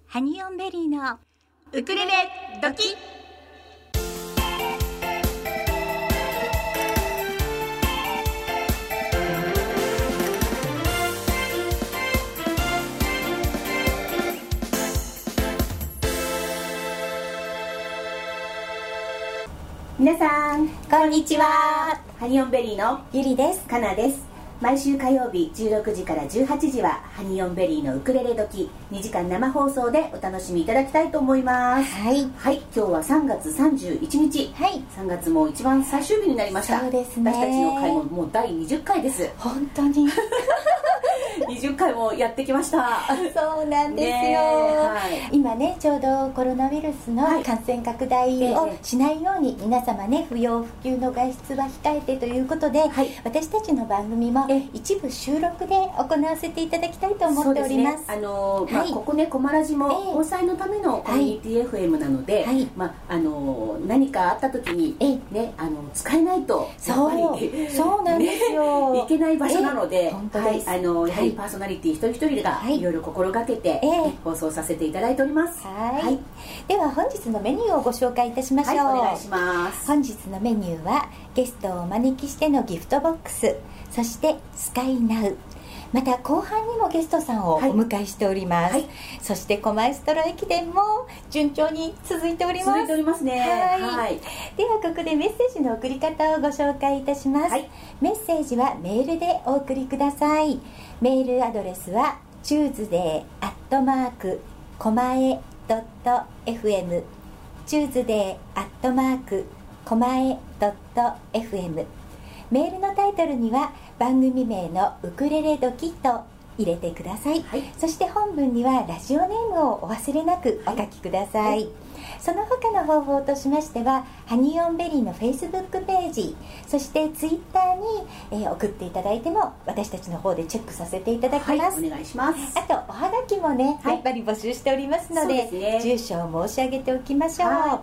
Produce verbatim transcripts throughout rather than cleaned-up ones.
ハニオンベリーのウクレレドキ。 皆さんこんにちは。 ハニオンベリーのゆりです。 かなです。毎週火曜日じゅうろくじからじゅうはちじはハニオンベリーのウクレレ時にじかん生放送でお楽しみいただきたいと思います。 はい、 はい、今日はさんがつさんじゅういちにち、 はい、 さんがつも一番最終日になりました。 そうですね。 私たちの会ももうだいにじゅっかいです。 本当ににじゅっかいもやってきました。 そうなんですよ、 ね、はい、 今ねちょうどコロナウイルスの感染拡大をしないように、皆様ね不要不急の外出は控えてということで、はい、私たちの番組も一部収録で行わせていただきたいと思っております。 あのーまあ、はい、ここねコマラジも防災のためのコミュニティ エフエム なので、はい、まああのー、何かあった時に、ね、あの使えないとやっぱりそうなんですよ、 ね、いけない場所なので、 本当です。 はい、あのー、やはりパーソナリティ一人一人がいろいろ心がけて、はい、放送させていただいております。 はい、はい、では本日のメニューをご紹介いたしましょう。 はい、お願いします。 本日のメニューはゲストをお招きしてのギフトボックス、そしてスカイナウ、また後半にもゲストさんをお迎えしております、はいはい、そしてコマエストロ駅伝も順調に続いております。 続いておりますね。 はい、はい、ではここでメッセージの送り方をご紹介いたします、はい、メッセージはメールでお送りください。メールアドレスはチューズデーアットマークコマエドットエフエム、チューズデーアットマークコマエドットエフエム。メールのタイトルには番組名のウクレレドキと入れてください、はい、そして本文にはラジオネームをお忘れなくお書きください、はい、その他の方法としましてはハニオンベリーのフェイスブックページ、そしてツイッターに、えー、送っていただいても私たちの方でチェックさせていただきます、 はい、お願いします。 あとおはがきもね、はい、やっぱり募集しておりますので、ね、住所を申し上げておきましょう、はい、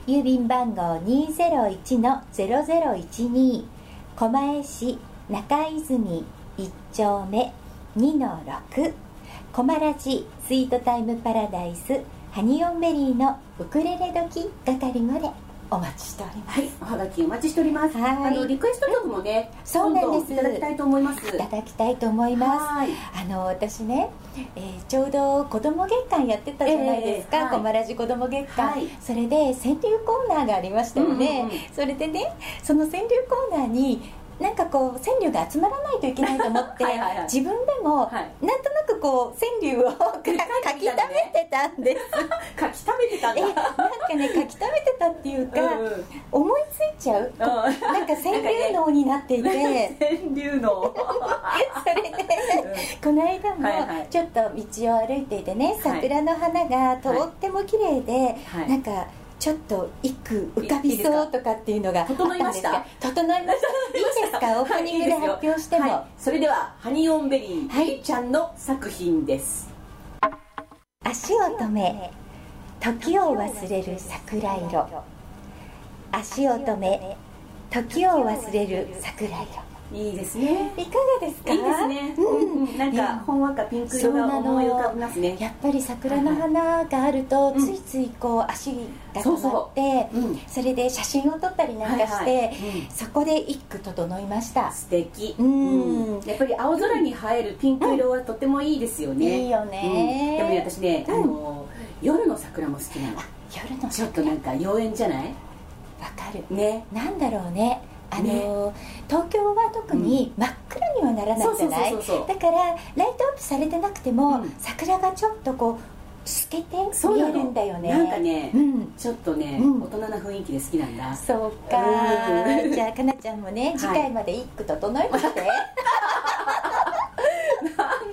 郵便番号 にーぜろいちのゼロゼロいちに 狛江市中泉いっ丁目 にのろく、コマラジスイートタイムパラダイスハニオンベリーのウクレレ時係までお待ちしております。 はい、おはがきお待ちしております。はい、あのリクエスト曲もね、 うん、そうなんです、 いただきたいと思います。 いただきたいと思います。はい、あの私ね、えー、ちょうど子ども月間やってたじゃないですか、えーはい、コマラジ子ども月間、はい、それで川柳コーナーがありましたよね、うんうんうん、それでねその川柳コーナーになんかこう川柳が集まらないといけないと思ってはいはい、はい、自分でも、はい、なんとなくこう川柳を書き溜めてたんです書き溜めてたんだ。 えなんかね書き溜めてたっていうか、うんうん、思いついちゃう、うん、なんか川柳能になっていて、ね、 川柳能それで、うん、この間もちょっと道を歩いていてね、桜の花がとっても綺麗で、はい、なんかちょっと一句浮かびそうとかっていうのがあったんですが、 整いました。 整いました。いいですか、オープニングで発表しても。はい、 それではハニオンベリー、はい、ちゃんの作品です。 足を止め時を忘れる桜色、足を止め時を忘れる桜色。 いいですね。 いかがですか。 いいですね、うんうん、なんかほんわかピンク色が思い浮かびますね。 やっぱり桜の花があると、はい、ついついこう足が止まって、そうそう、うん、それで写真を撮ったりなんかして、はいはい、うん、そこで一句整いました。 素敵、うんうん、やっぱり青空に映えるピンク色はとてもいいですよね、 うん、いいよね、 うん、でもね私ね、うん、あの夜の桜も好きなの。 夜の桜ちょっとなんか妖艶じゃない。 わかるね。 なんだろうね、あのね、東京は特に真っ暗にはならないじゃない。だからライトアップされてなくても、うん、桜がちょっとこう透けて見えるんだよね。 なんかね、うん、ちょっとね、うん、大人な雰囲気で好きなんだ。 そうか、うん、じゃあかなちゃんもね、次回まで一句整えてきて、はい、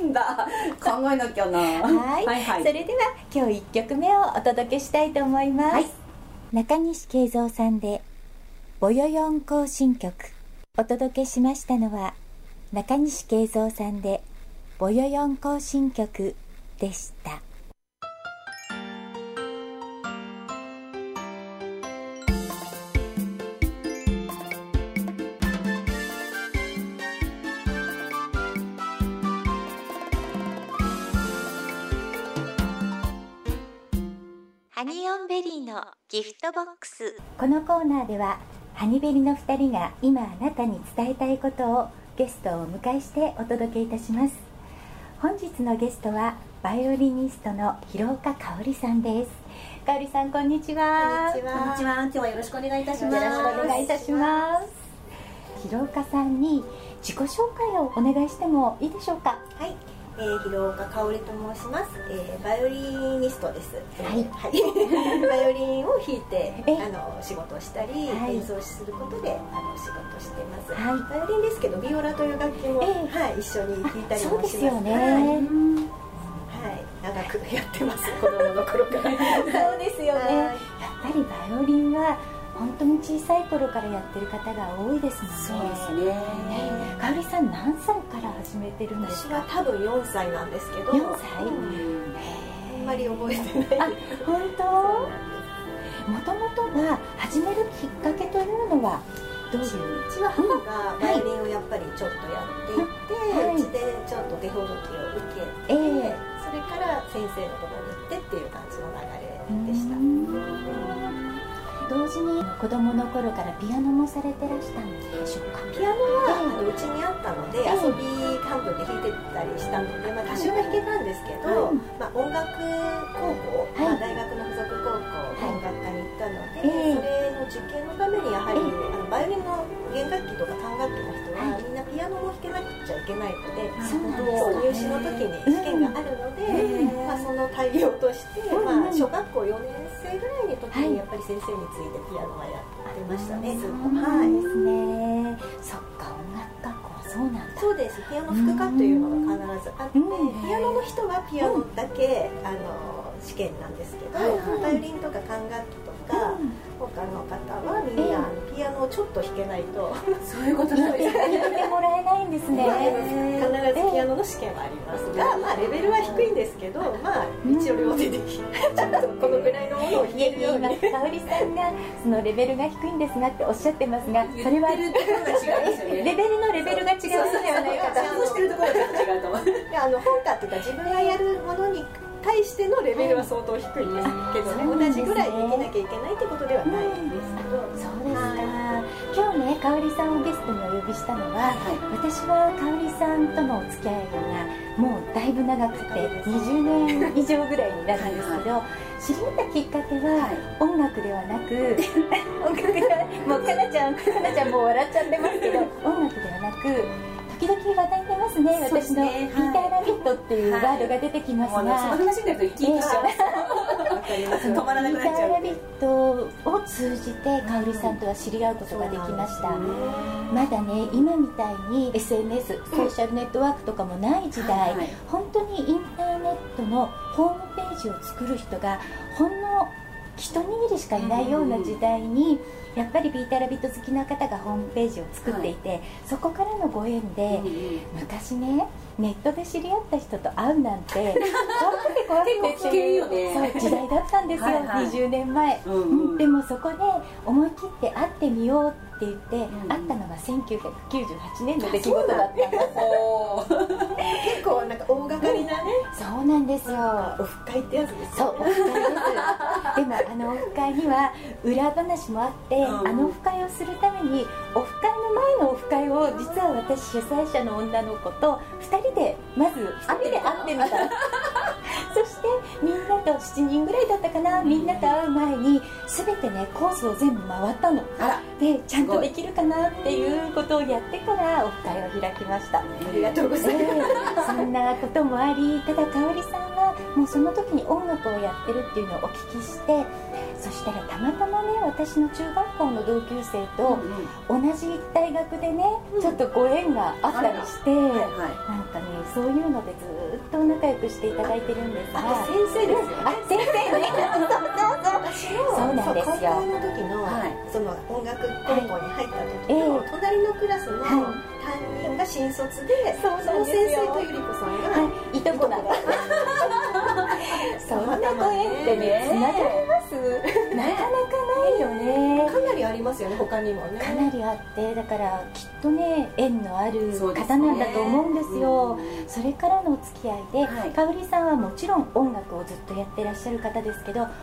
なんだ考えなきゃな。 はい、はいはい、それでは今日いっきょくめをお届けしたいと思います、はい、中西慶三さんでボヨヨン行進曲。お届けしましたのは中西慶三さんでボヨヨン行進曲でした。 ハニオンベリーのギフトボックス。このコーナーではハニベリのふたりが今あなたに伝えたいことをゲストをお迎えしてお届けいたします。本日のゲストはバイオリニストの広岡香織さんです。香織さん、こんにちは。 こんにちは。こんにちは。今日はよろしくお願いいたします。 よろしくお願いいたします。広岡さんに自己紹介をお願いしてもいいでしょうか。 はい、えー、広岡香織と申します。えー、バイオリニストです。 はい。 はい、バイオリンを弾いてあの仕事をしたり、はい、演奏することであの仕事してます。はい、バイオリンですけどビオラという楽器も、えー、はい、一緒に弾いたりもします。そうですよね。はい、長くやってます。子供の頃から。 そうですよね。やっぱりバイオリンは本当に小さい頃からやってる方が多いですもんね。 そうですね。 香織さん何歳から始めてるんですか？ 私は多分よんさいなんですけど。 よんさい？ あんまり覚えてない。あ、 本当？もともとは始めるきっかけというのはどういう？ うちは母がバイオリンをやっぱりちょっとやっていて、うちでちょっと手ほどきを受けて、それから先生のところに行ってっていう感じの流れでした。 同時に子供の頃からピアノもされてらしたんでしょうか？ ピアノは、えー、あのうちにあったので、えー、遊び半分で弾いてたりしたので、まあ、多少は弾けたんですけど、うん、まあ、音楽高校、はい、まあ、大学の附属高校、音楽科に行ったので、えー、それの受験のためにやはり、えー、あのバイオリンの弦楽器とか管楽器の人は、はい、みんなピアノも弾けなくちゃいけないので、そう入試の時に試験があるので、うん、まあ、その対応として、うん、まあ、小学校よねん生ぐらいの時にやっぱり先生についてピアノはやってましたね、ずっと。 はい。ですね。そっか、音楽学校はそうなんだ。 そうです。ピアノ副科というのが必ずあって、ピアノの人はピアノだけ、あの試験なんですけど、バイオリンとか管楽器とか、他の方はみんなピアノをちょっと弾けないと、 そういうことなんですね。弾いてもらえないんですね。 必ずピアノの試験はありますが、まあレベルは低いんですけど、まあ一応両手でちょっとこのぐらいのものを弾けるように。 香織さんがそのレベルが低いんですがっておっしゃってますが、それはレベルのレベルが違うのではないかと。 そうしてるところが違うと思う。 いや、あの本科っていうか自分がやるものに対してのレベルは相当低いんですけどね、同じぐらいできなきゃいけないってことではないんですけど。 そうですか。今日ね、香織さんをゲストにお呼びしたのは、私は香織さんとのお付き合いがもうだいぶ長くてにじゅうねん以上ぐらいになるんですけど、知り合ったきっかけは音楽ではなく音楽ではもうかなちゃんかなちゃんもう笑っちゃってますけど、音楽ではなく時々話題に出ますね。私のピーター・ラビットっていうワードが出てきますが、その話になると生き生きしちゃう。止まらなくなっちゃう。 ピーター・ラビットを通じて香織さんとは知り合うことができました。まだね、今みたいに エスエヌエス、ソーシャルネットワークとかもない時代、本当にインターネットのホームページを作る人がほんの一握りしかいないような時代に、やっぱりピーター・ラビット好きな方がホームページを作っていて、はい、そこからのご縁で、うんうん、昔ね、ネットで知り合った人と会うなんて怖くて怖くてっていう、ね、そう時代だったんですよ。はい、はい、にじゅうねんまえ、うんうん、でもそこで思い切って会ってみようって言って、うん、会ったのがせんきゅうひゃくきゅうじゅうはちねんの出来事だったんです。 結構なんか大掛かりなね、 そうなんですよ。 オフ会ってやつです。 そう、オフ会です。でもあのオフ会には裏話もあって、うん、あのオフ会をするためにオフ会の前のオフ会を実は私主催者の女の子とふたりでまずふたりで会ってみた。そしてみんなとしちにんぐらいだったかな、みんなと会う前に全てねコースを全部回ったの。あら、でちゃんとできるかなっていうことをやってからオフ会を開きました。ありがとうございます。 えー、そんなこともあり、ただ香織さんはもうその時に音楽をやってるっていうのをお聞きして、そしたらたまたまね、私の中学校の同級生と同じ大学でね、うん、ちょっとご縁があったりして、はいはい、なんかね、そういうのでずっと仲良くしていただいてるんですが。 あ、先生ですよね。 あ、先生ね。そうなんですよ。 高校の時の、はい、その音楽高校に入った時の、はい、隣のクラスの担任が新卒で、その先生とゆり子さんが、 はい、いとこだった。そんなご縁ってね、つながります。なかなかないよね。 かなりありますよね、他にもね。 かなりあって、だからきっとね、縁のある方なんだと思うんですよ。そ, それからのお付き合いで、はい、香織さんはもちろん音楽をずっとやってらっしゃる方ですけど、音楽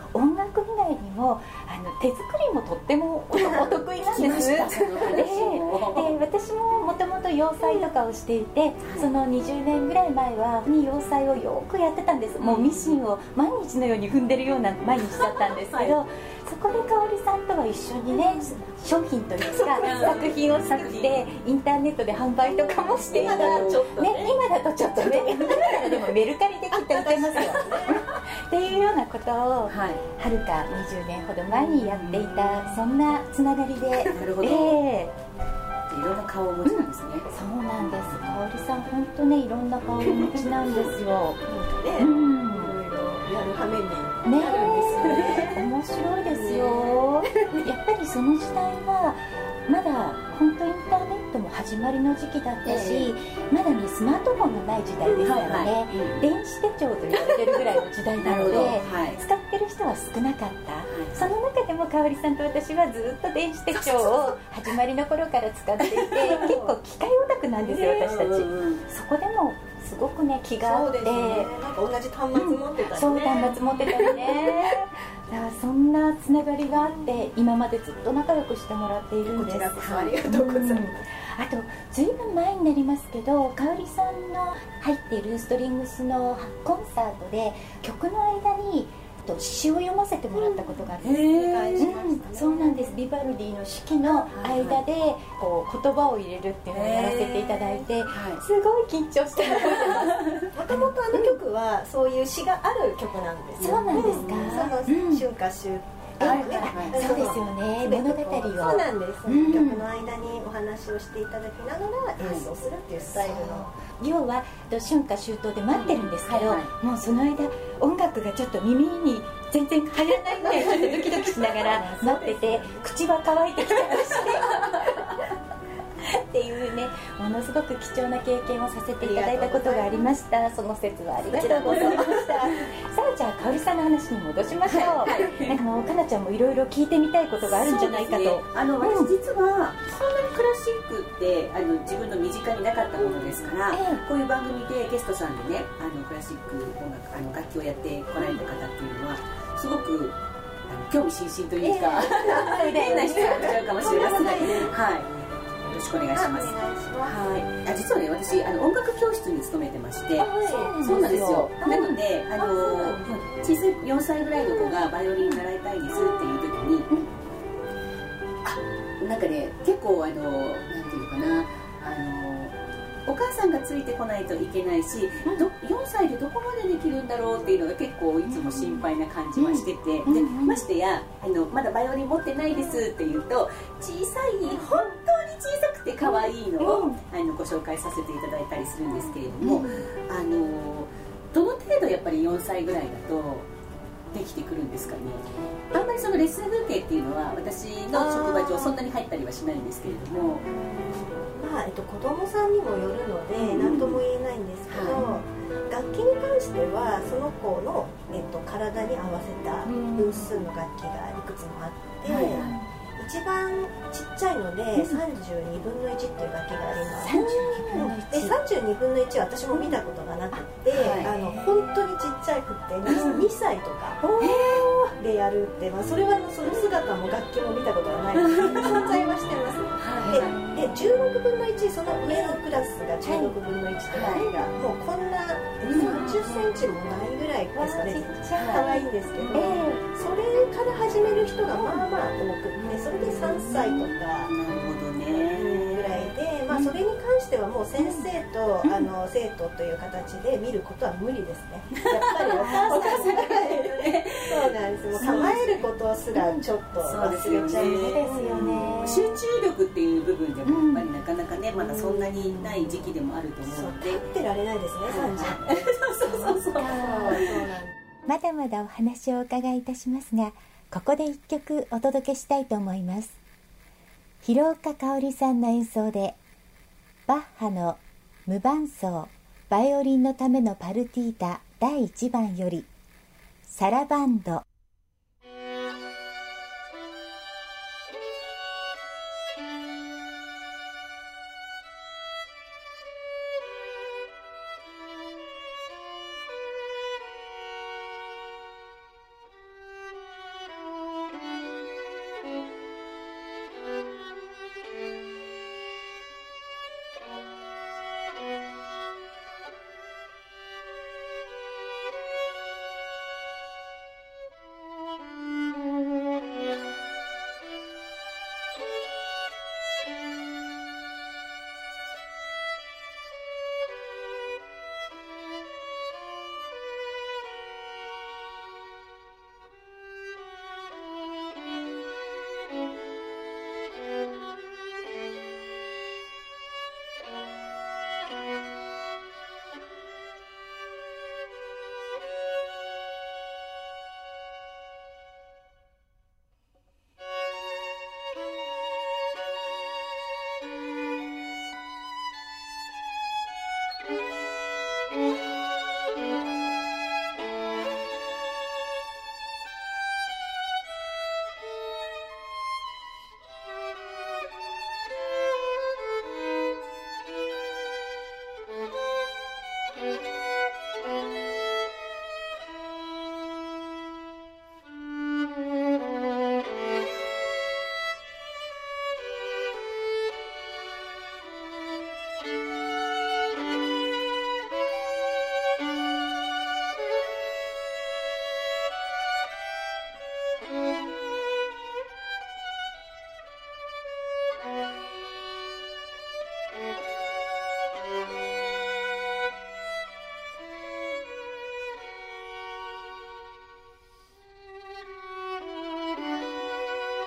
楽以外にもあの手作りもとってもお得意なんです。で, で私ももともと洋裁とかをしていて、そのにじゅうねんぐらい前は洋裁をよくやってたんです。もうミシンを毎日のように踏んでるような毎日だったんですけど、はい、そこで香織さんとは一緒にね、商品というか作品を作ってインターネットで販売とかもしていた、ね、今だとちょっとね、今ならでもメルカリできて売ってますよっていうようなことを、はい、はるかにじゅうねんほど前にやっていた、そんなつながりで。なるほど、えー、いろんな顔をお持ちなんですね、うん、 そうなんです。香織さん本当ね、いろんな顔をお持ちなんですよなんかね、うん、やるはめになるんですよね。 面白いですよやっぱりその時代はまだ本当インターネットも始まりの時期だったし、えー、まだねスマートフォンのない時代ですからね、はいはい、電子手帳と言われてるぐらいの時代なので、はい、使ってる人は少なかった、はい、その中でも香織さんと私はずっと電子手帳を始まりの頃から使っていて結構機械オタクなんですよ、私たち。そこでもすごくね気があって、そうですね、 なんか同じ端末持ってたりね、うん、 そう端末持ってたりねだからそんなつながりがあって今までずっと仲良くしてもらっているんです。こちらこそありがとうございます、うん、 あとずいぶん前になりますけど、香織さんの入っているストリングスのコンサートで曲の間に詩を読ませてもらったことがあるんです、うん、そうなんです。ビバルディの四季の間でこう言葉を入れるっていうのをやらせていただいて、すごい緊張して覚えてます。 もともとあの曲はそういう詩がある曲なんですよ。 そうなんですか、 その春夏秋あるから、そうですよね、物語を。 そうなんです、うん、曲の間にお話をしていただきながら演奏するっていうスタイルの、 要は春夏秋冬で待ってるんですけど、はいはい、もうその間音楽がちょっと耳に全然入らないぐらいちょっとドキドキしながら待ってて口は乾いてきたりしてっていうね、ものすごく貴重な経験をさせていただいたことがありました。その説はありがとうございましたさあ、じゃあ香織さんの話に戻しましょう、はいはい、なんかもうかなちゃんもいろいろ聞いてみたいことがあるんじゃないかと、ね、 あの私実はそんなにクラシックってあの自分の身近になかったものですから、えー、こういう番組でゲストさんでね、あのクラシック音楽、あの楽器をやってこられた方っていうのはすごくあの興味津々というか、えー、変な人が来ちゃうかもしれません、はい、よろしくお願いします。はい。あ、実はね、私あの音楽教室に勤めてまして、そうなんですよ。なので、あの小さいよんさいぐらいの子がバイオリン習いたいですっていう時に、あ、なんかね、結構あのなんていうかな、あのお母さんがついてこないといけないし、どよんさいでどこまでできるんだろうっていうのが結構いつも心配な感じはしてて、でましてやあのまだバイオリン持ってないですっていうと、小さい本当に小さくて可愛いのをあのご紹介させていただいたりするんですけれども、あのどの程度やっぱりよんさいぐらいだとできてくるんですかね。あんまりそのレッスン風景っていうのは私の職場上そんなに入ったりはしないんですけれども、 まあえっと、子供さんにもよるので何とも言えないんですけど、はい、楽器に関してはその子の、えっと、体に合わせた分数の楽器がいくつもあって、はいはい、一番ちっちゃいのでさんじゅうにぶんのいちっていう楽器があります。さんじゅうにぶんのいちは私も見たことがなくて、はい、あの本当にちっちゃくて に, にさいとかでやるって、まあ、それはその姿も楽器も見たことがないので存在はしてます。ででじゅうろくぶんのいち、その上のクラスがじゅうろくぶんのいちって楽器がもうこんなさんじゅっセンチもないぐらいですかね、可愛いんですけど、それから始める人がまあまあ多くて、それでさんさいとかぐらいで、まあ、それに関してはもう先生とあの生徒という形で見ることは無理ですね。やっぱりお母さんがそうなんです。もう構えることすらちょっと忘れちゃうんですよね。 集中力っていう部分でもやっぱりなかなかね、まだそんなにない時期でもあると思うので、 立ってられないですね、さんじゅう。そうそうそうそう。 まだまだお話をお伺いいたしますが、ここで一曲お届けしたいと思います。広岡香織さんの演奏でバッハの無伴奏バイオリンのためのパルティータだいいちばんよりサラバンド。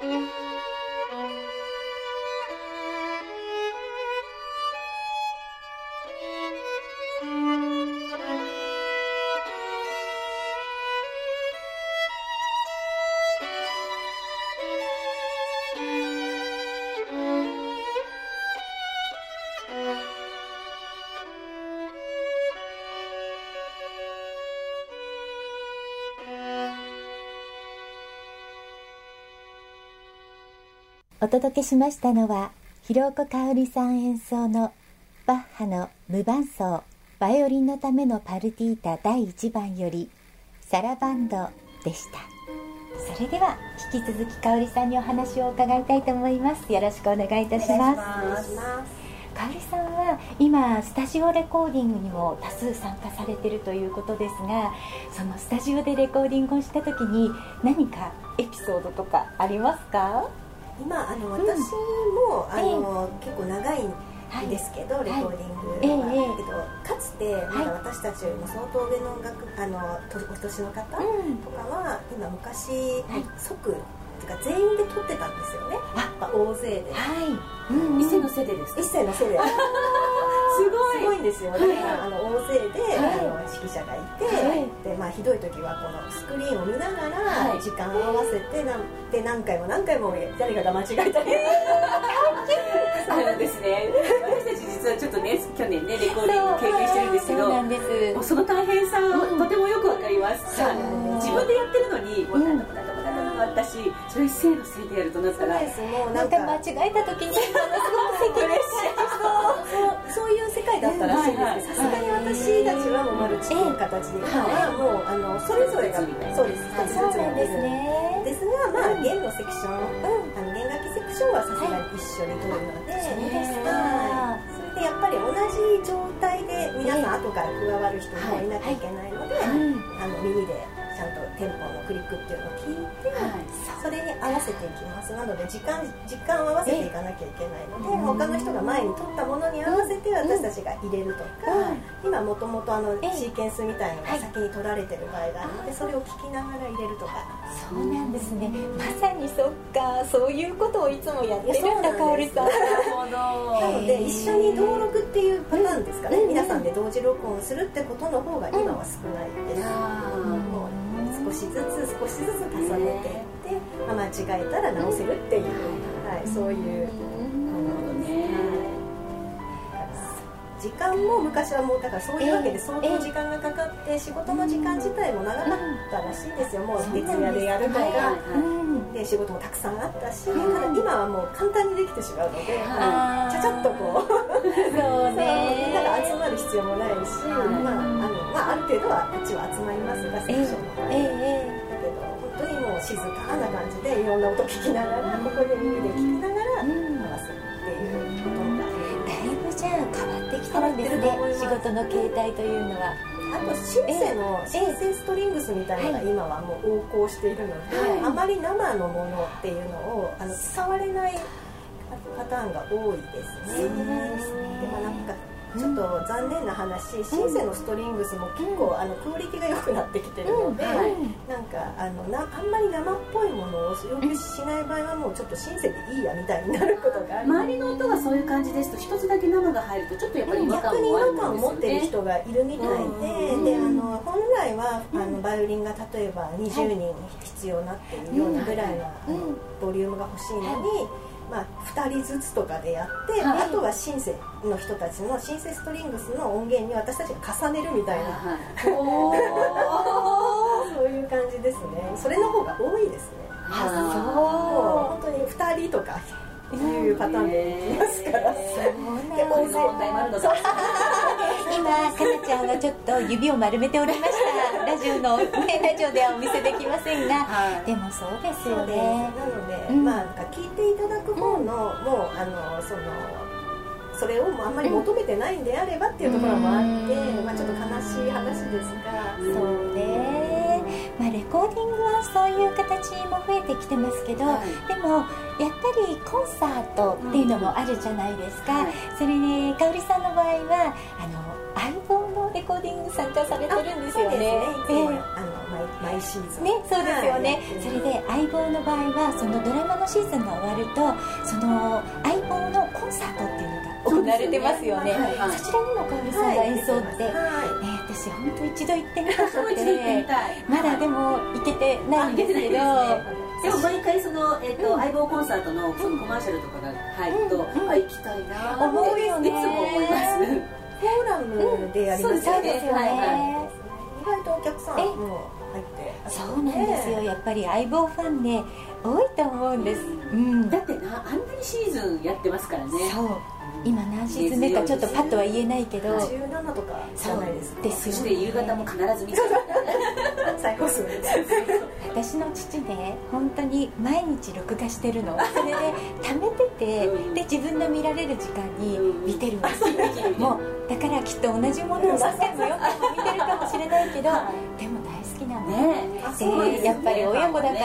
お届けしましたのは広岡香織さん演奏のバッハの無伴奏バイオリンのためのパルティータだいいちばんよりサラバンドでした。それでは引き続き香織さんにお話を伺いたいと思います。よろしくお願いいたします。香織さんは今スタジオレコーディングにも多数参加されているということですが、そのスタジオでレコーディングをした時に何かエピソードとかありますか？ 今あの私も、うん、あの、えー、結構長いんですけど、はい、レコーディングは、はいえー、けどかつてまだ私たちよりも相当上の音楽、あのお年の方とかは、うん、今昔、はい、即とか全員で撮ってたんですよね。あ大勢で、 はいうん、一斉のせでですか？ 一斉のせですごいすごいんですよ。だからあの大勢で、はい、あの指揮者がいて、はい、でまあひどい時はこのスクリーンを見ながら時間を合わせてなんで何回も何回も誰かが間違えたり。 そうなんですね。私たち実はちょっとね去年ねレコーディング経験してるんですけど、そうなんです。その大変さをとてもよくわかります。うん、自分でやってるのにもう何度も何度も何度もあったし、それ一斉のせいでやるとなったら、 そうですもうなんか間違えた時にすごく責任そうそういう世界だったらしいんですけど、さすがに私たちはもうマルチという形ではもうあのそれぞれがそうです一つずつなんですね。ですがまあ弦のセクション、あの弦楽器セクションはさすがに一緒に取るので、そうですか。それでやっぱり同じ状態で皆さん後から加わる人もいなきゃいけないので、あの耳でちゃんとテンポのクリックっていうのを聞いて、はい、それに合わせていきます。なので時間時間を合わせていかなきゃいけないので、他の人が前に取ったものに合わせて私たちが入れるとか、うん、今もともとあのシーケンスみたいなのが先に取られてる場合があるので、それを聞きながら入れるとか。 そうなんですね。まさにそっか、そういうことをいつもやってるんだ香織さん。 なので一緒に登録っていうパターンですかね、うん、皆さんで同時録音するってことの方が今は少ないです。少しずつ少しずつ重ねていって、まあ、間違えたら直せるっていう、はい、そういうものですね。時間も昔はもうだからそういうわけで相当時間がかかって仕事の時間自体も長かったらしいんですよ。もう徹夜でやるとかで仕事もたくさんあったし、ただ今はもう簡単にできてしまうので、ちゃちゃっとこうそうね、だから集まる必要もないし、まああのまあある程度はこっちは集まりますがセクションの場合、だけど本当にもう静かな感じでいろんな音聞きながら、ここで耳で聞きながら回すっていうことがだいぶじゃあ変わってきてるんですね、仕事の形態というのは。 あとシンセのシンセストリングスみたいなのが今はもう横行しているので、はい、あまり生のものっていうのをあの使われないパターンが多いですね。そうですね。でもなんかちょっと残念な話、うん、シンセのストリングスも結構、うん、あのクオリティが良くなってきてるので、うんはい、なんかあのなあんまり生っぽいものを要求しない場合はもうちょっとシンセでいいやみたいになることがある。 周りの音がそういう感じですと一つだけ生が入るとちょっとやっぱり違和感もあるんですよね。逆に違和感を持ってる人がいるみたいで、うん、であの本来はあのバイオリンが例えばにじゅうにん必要になっているようなぐらいの、うん、あのボリュームが欲しいのに、まあ、ふたりずつとかでやって、はい、あとはシンセの人たちのシンセストリングスの音源に私たちが重ねるみたいな、はい、そういう感じですね。それの方が多いですね。 あそうもう本当にふたりとかいうパターンでいきますから、 そうで大勢問題もあるのか今かなちゃんがちょっと指を丸めておりましたラジオの、ね、ラジオではお見せできませんが、はい、でもそうですよね。 なので、うん、まあなんか聞いていただく方の、うん、もうあのそのそれをもうあんまり求めてないんであればっていうところもあって、うん、まあ、ちょっと悲しい話ですが、 うん、そうね、まあ、レコーディングはそういう形も増えてきてますけど、はい、でもやっぱりコンサートっていうのもあるじゃないですか、うんはい、それで香織さんの場合はあの相棒のレコーディング参加されてるんですよね。 そうですね、いつも、えー、あの毎毎シーズンね、そうですよね、 はい、 それで相棒の場合はそのドラマのシーズンが終わるとその相棒のコンサートっていうのが行われてますよね。 そ, よね、はい、そちらにもかおりさんが演奏って、はいね、私本当一度行ってみたくてまだでも行けてないんですけど、 でも毎回その、えーとうん、相棒コンサートのそのコマーシャルとかが入ると、うんうん、あ行きたいなって思うよね。 いつも思います。 フォーラムでやりますよね。 意外とお客さんも入ってそうなんですよ。やっぱり相棒ファンね多いと思うんです、うん、 だってなあんなにシーズンやってますからね。 そう今何シーズン目かちょっとパッとは言えないけどじゅうななとかじゃないですか。 ですよね。 そして夕方も必ず見てる最高数です私の父ね本当に毎日録画してるの。それで貯めてて、うん、で自分の見られる時間に見てるんですよ、うん、もうだからきっと同じものを何回もよんかいも見てるかもしれないけど、はい、でも大好きなのね。で、ね、やっぱり親子だから、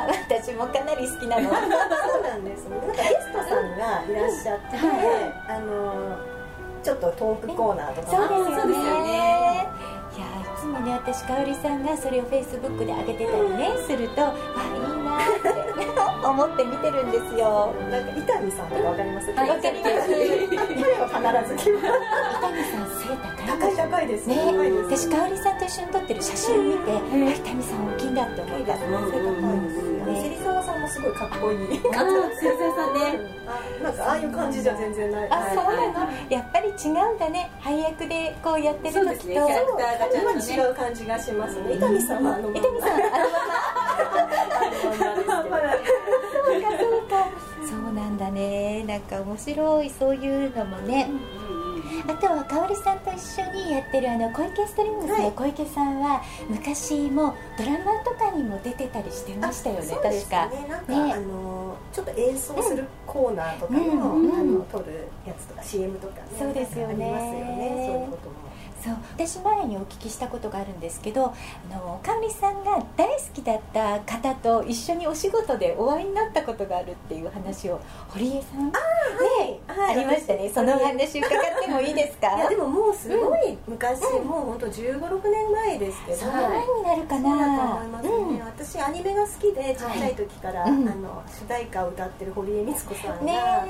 ね、私もかなり好きなの。 そうなんですね。なんかゲストさんがいらっしゃって、はい、あのちょっとトークコーナーとかそうですよね。いやいつもね私かおりさんがそれをフェイスブックで上げてたりねするとあいいなって思って見てるんですよ。 なんか伊丹さんとかわかります？ わ、はい、かります。 彼は必ず来ます。 伊丹さん背高い高いですね。 私かおりさんと一緒に撮ってる写真見て、うん、伊丹さん大きいんだって思った。背高いですよね。 芹沢さんもすごいかっこいい。 あ、芹沢さんね。 あ、なんかああいう感じじゃ全然ない。 あ、そうなの。やっぱり違うんだね。配役でこうやってる時と、そうですね、キャラクターがちょっと違う感じがしますね。伊丹さんはあのまま。 伊丹さんあのまま。そうかそうか。そうなんだね。なんか面白いそういうのもね。あとはかおりさんと一緒にやってるあの小池ストリングスの小池さんは昔もドラマとかにも出てたりしてましたよね。 そうですね。なんか、ね、あのちょっと演奏するコーナーとかも、うん、あの撮るやつとか シーエム とかね。 そうですよね。 ありますよね。そういうことも。 そう私前にお聞きしたことがあるんですけどあのかおりさんが大好きだった方と一緒にお仕事でお会いになったことがあるっていう話を堀江さんあ、はいはい、ありましたね。そのお話伺ってもいいですか？ いやでももうすごい昔、うん、もう本当じゅうご、ろくねんまえですけど、 その前になるかな。 そうだと思いますね、うん、私アニメが好きでちっちゃい時から、はい、あの主題歌を歌ってる堀江光子さんがあって、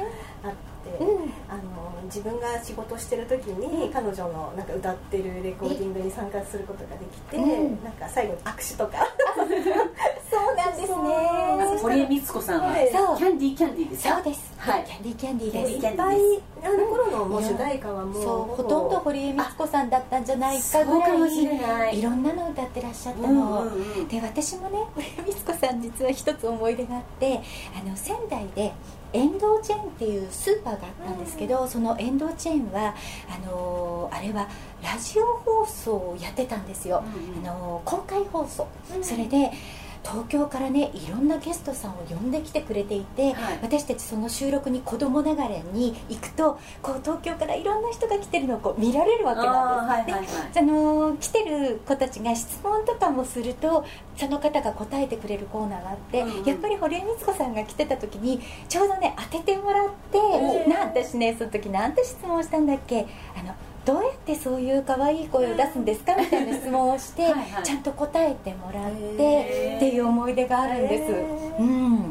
ねうん、あの自分が仕事してる時に、うん、彼女のなんか歌ってるレコーディングに参加することができて、うん、なんか最後に握手とかそうなんですね。 堀江光子さんはキャンディーキャンディーですか？ そうです、 はい、 キャンディーキャンディーです。 いっぱいあの頃のもう主題歌はもうそうほとんど堀江光子さんだったんじゃないかぐらいいろんなの歌ってらっしゃったの、うんうんうん、で私もね堀江光子さん実は一つ思い出があってあの仙台で遠藤チェーンっていうスーパーがあったんですけど、うん、その遠藤チェーンはあのー、あれはラジオ放送をやってたんですよ、うんうん、あのー、公開放送、うん、それで東京からねいろんなゲストさんを呼んできてくれていて、はい、私たちその収録に子供ながらに行くとこう東京からいろんな人が来てるのをこう見られるわけなんです、はいはいはい、でその来てる子たちが質問とかもするとその方が答えてくれるコーナーがあって、うんうん、やっぱり堀江光子さんが来てた時にちょうどね当ててもらってな私ねその時なんて質問したんだっけあのどうやってそういう可愛い声を出すんですかみたいな質問をしてはい、はい、ちゃんと答えてもらってっていう思い出があるんです、うん、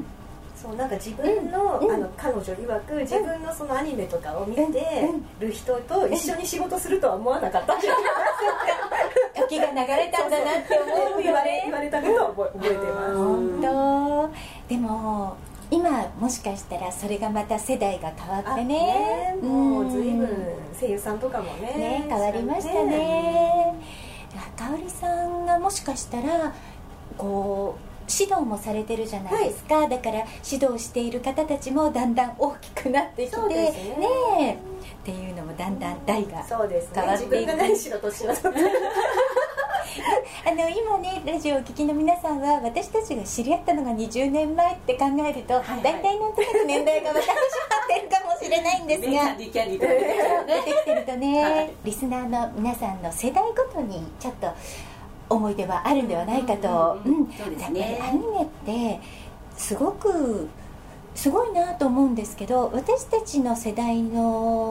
そうなんか自分の、うん、あの彼女曰く自分のそのアニメとかを見てる人と一緒に仕事するとは思わなかったって時が流れたんだなって思う言われ言われたことを覚えてます。 本当でも今もしかしたらそれがまた世代が変わって ね, ねもう随分声優さんとかも ね, ね変わりましたね。かおりさんがもしかしたらこう指導もされてるじゃないですか、はい、だから指導している方たちもだんだん大きくなってきてそうですね、 ねっていうのもだんだん代が変わっていく、 そうですね、自分が何しろとしろとあの今ねラジオをお聞きの皆さんは私たちが知り合ったのがにじゅうねんまえって考えると、はいはい、大体なんとなく年代が分かってしまってるかもしれないんですが、ね、 キャンディーキャンディー出てきてるとね、 はい、 リスナーの皆さんの世代ごとにちょっと思い出はあるんではないかと、 うんうんうん、そうですね、 やっぱりアニメってすごくすごいなと思うんですけど私たちの世代の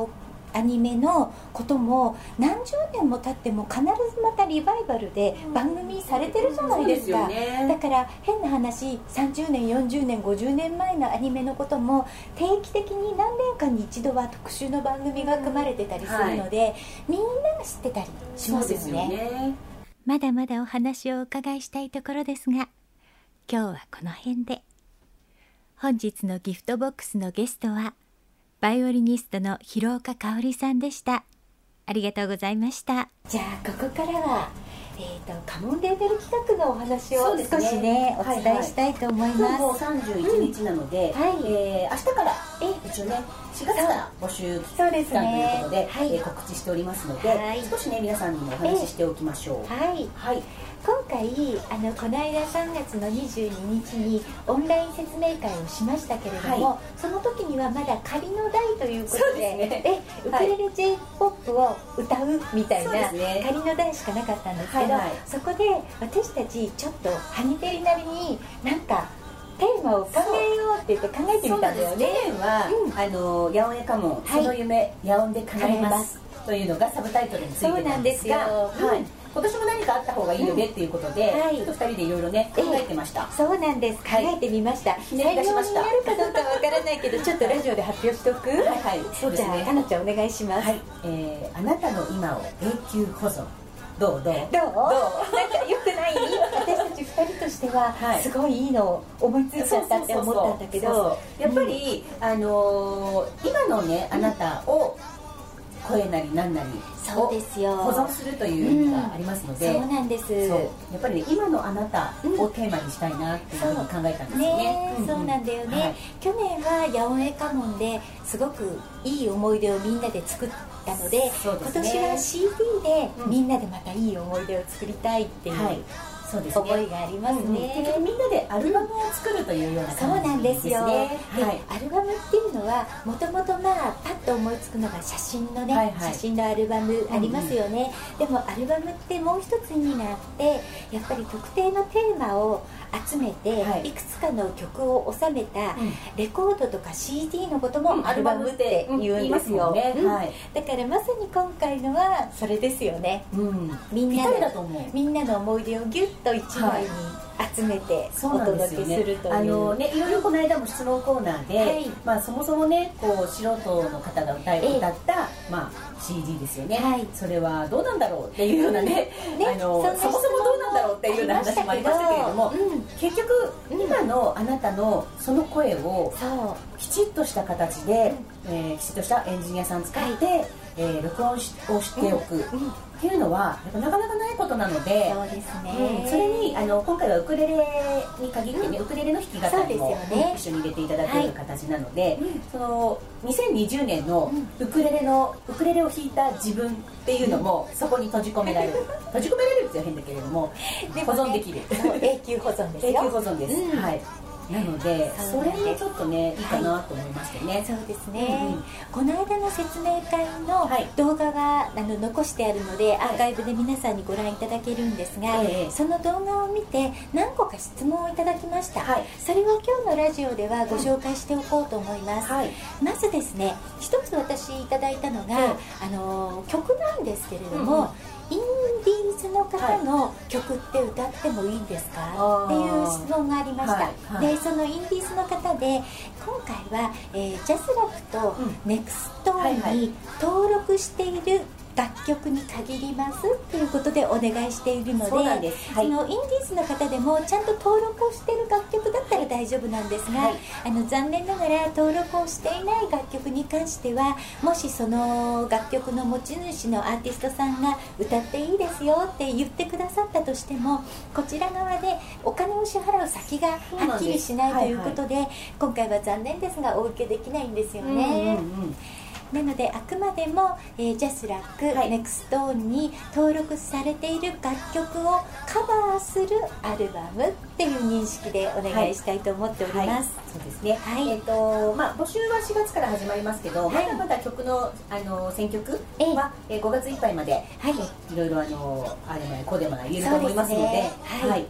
アニメのことも何十年も経っても必ずまたリバイバルで番組されてるじゃないですか、 うん、そうですよね。 だから変な話さんじゅうねんよんじゅうねんごじゅうねんまえのアニメのことも定期的に何年かに一度は特集の番組が組まれてたりするので、はい、みんなが知ってたりしますよね。そうですよね。まだまだお話をお伺いしたいところですが、今日はこの辺で。本日のギフトボックスのゲストはバイオリニストの広岡香織さんでした。ありがとうございました。じゃあここからは、えーと、カモンレーベル企画のお話を少し ね, ねお伝えしたいと思います。はいはい、 今日もさんじゅういちにちなので、うん、はい、えー、明日から一応ねしがつから募集期間ということで、はい、えー、告知しておりますので、はい、少しね皆さんにもお話ししておきましょう。はい、はい、 今回あのこの間さんがつのにじゅうににちにオンライン説明会をしましたけれども、はい、その時にはまだ仮の台ということで、ね、えウクレレ ジェイポップ を歌うみたいな、ね、仮の台しかなかったんですけど、はいはい、そこで私たちちょっとハニテリなりになんかテーマを考えようって言って考えてみたんだよね。 去年は、うん、あのヤオンエカモン、その夢ヤオンで叶えますというのがサブタイトルについてたんですが、そうなんですよ、はい、今年も何かあった方がいいよねっていうことで、うん、はい、ちょっとふたりでいろいろね考えてました、えー、 そうなんです、考えてみました、はい、採用になるかどうかわからないけどちょっとラジオで発表しておく。はいはい、そうですね。じゃあかなちゃんお願いします。はい、 えー、あなたの今を永久保存。どうどうどうどうなんかよくない私たちふたりとしてはすごいいいのを思いついちゃったって思ったんだけど、 やっぱり、うん、あのー、今のねあなたを声なり何なりを保存するという意味がありますので、 うん、そうなんです。そうやっぱり、ね、今のあなたをテーマにしたいなっていうふうに考えたんですよね。 そう、ね、そうなんだよね、はい、去年はヤオンエカモンですごくいい思い出をみんなで作ったので、今年は シーディー でみんなでまたいい思い出を作りたいっていう、はい、そうですね、思いがありますね、うん、 結局みんなでアルバムを作るというような感じですね。そうなんですよ、 はい、アルバムっていうのはもともとまあパッと思いつくのが写真のね、はいはい、写真のアルバムありますよね、うんうん、でもアルバムってもう一つ意味があって、やっぱり特定のテーマを集めて、はい、いくつかの曲を収めたレコードとか シーディー のこともアルバムって言うんですよ、うんうん、ね、はい、だからまさに今回のはそれですよね、うん、みんなのみんなの思い出をギュッと一枚に集めてお届けするという、 あのね、いろいろこの間も質問コーナーで、はい、まあ、そもそもねこう素人の方が歌い歌った、まあ、シーディー ですよね、はい、それはどうなんだろうっていうような ね, ねあのそもそもどうなんだろうっていうような話もありましたけれども、うん、結局、うん、今のあなたのその声をきちっとした形で、うん、えー、きちっとしたエンジニアさん使って、はい、えー、録音しをしておく、うんうん、っていうのはやっぱなかなかないことなので、 そうですね、 うん、それにあの今回はウクレレに限ってね、うん、ウクレレの弾き語りも、ね、一緒に入れていただける形なので、はい、そのにせんにじゅうねんのウクレレのウクレレを弾いた自分っていうのもそこに閉じ込められる閉じ込められるっていう変だけれども、ね、保存できる永久保存ですよ。 永久保存です、うん、はい、なのでそれもちょっとねいいかなと思いましてね、はい、 そうですね、うんうん、この間の説明会の動画が、あの残してあるので、はい、アーカイブで皆さんにご覧いただけるんですが、はい、その動画を見て何個か質問をいただきました、はい、それを今日のラジオではご紹介しておこうと思います、はい、まずですね、一つ私いただいたのが、はい、あの曲なんですけれども、うんうん、インディーズの方の曲って歌ってもいいんですか、はい、っていう質問がありました、はいはい、でそのインディーズの方で今回は、えー、ジャスラックとネクストに登録している楽曲に限りますということでお願いしているので、 そうなんです、はい、そのインディーズの方でもちゃんと登録をしている楽曲だったら大丈夫なんですが、はい、あの残念ながら登録をしていない楽曲に関しては、もしその楽曲の持ち主のアーティストさんが歌っていいですよって言ってくださったとしても、こちら側でお金を支払う先がはっきりしないということで、はいはい、今回は残念ですがお受けできないんですよね、うんうんうん、なのであくまでも、えー、ジャスラック、はい、ネクストーンに登録されている楽曲をカバーするアルバムっていう認識でお願いしたいと思っております、はいはい、 そうですね、はい、えーとまあ、募集はしがつから始まりますけど、はい、まだまだ曲の、あの選曲は、えー、ごがついっぱいまで、はい、いろいろあのあれもないこうでもない言えると思いますので、はい、はい、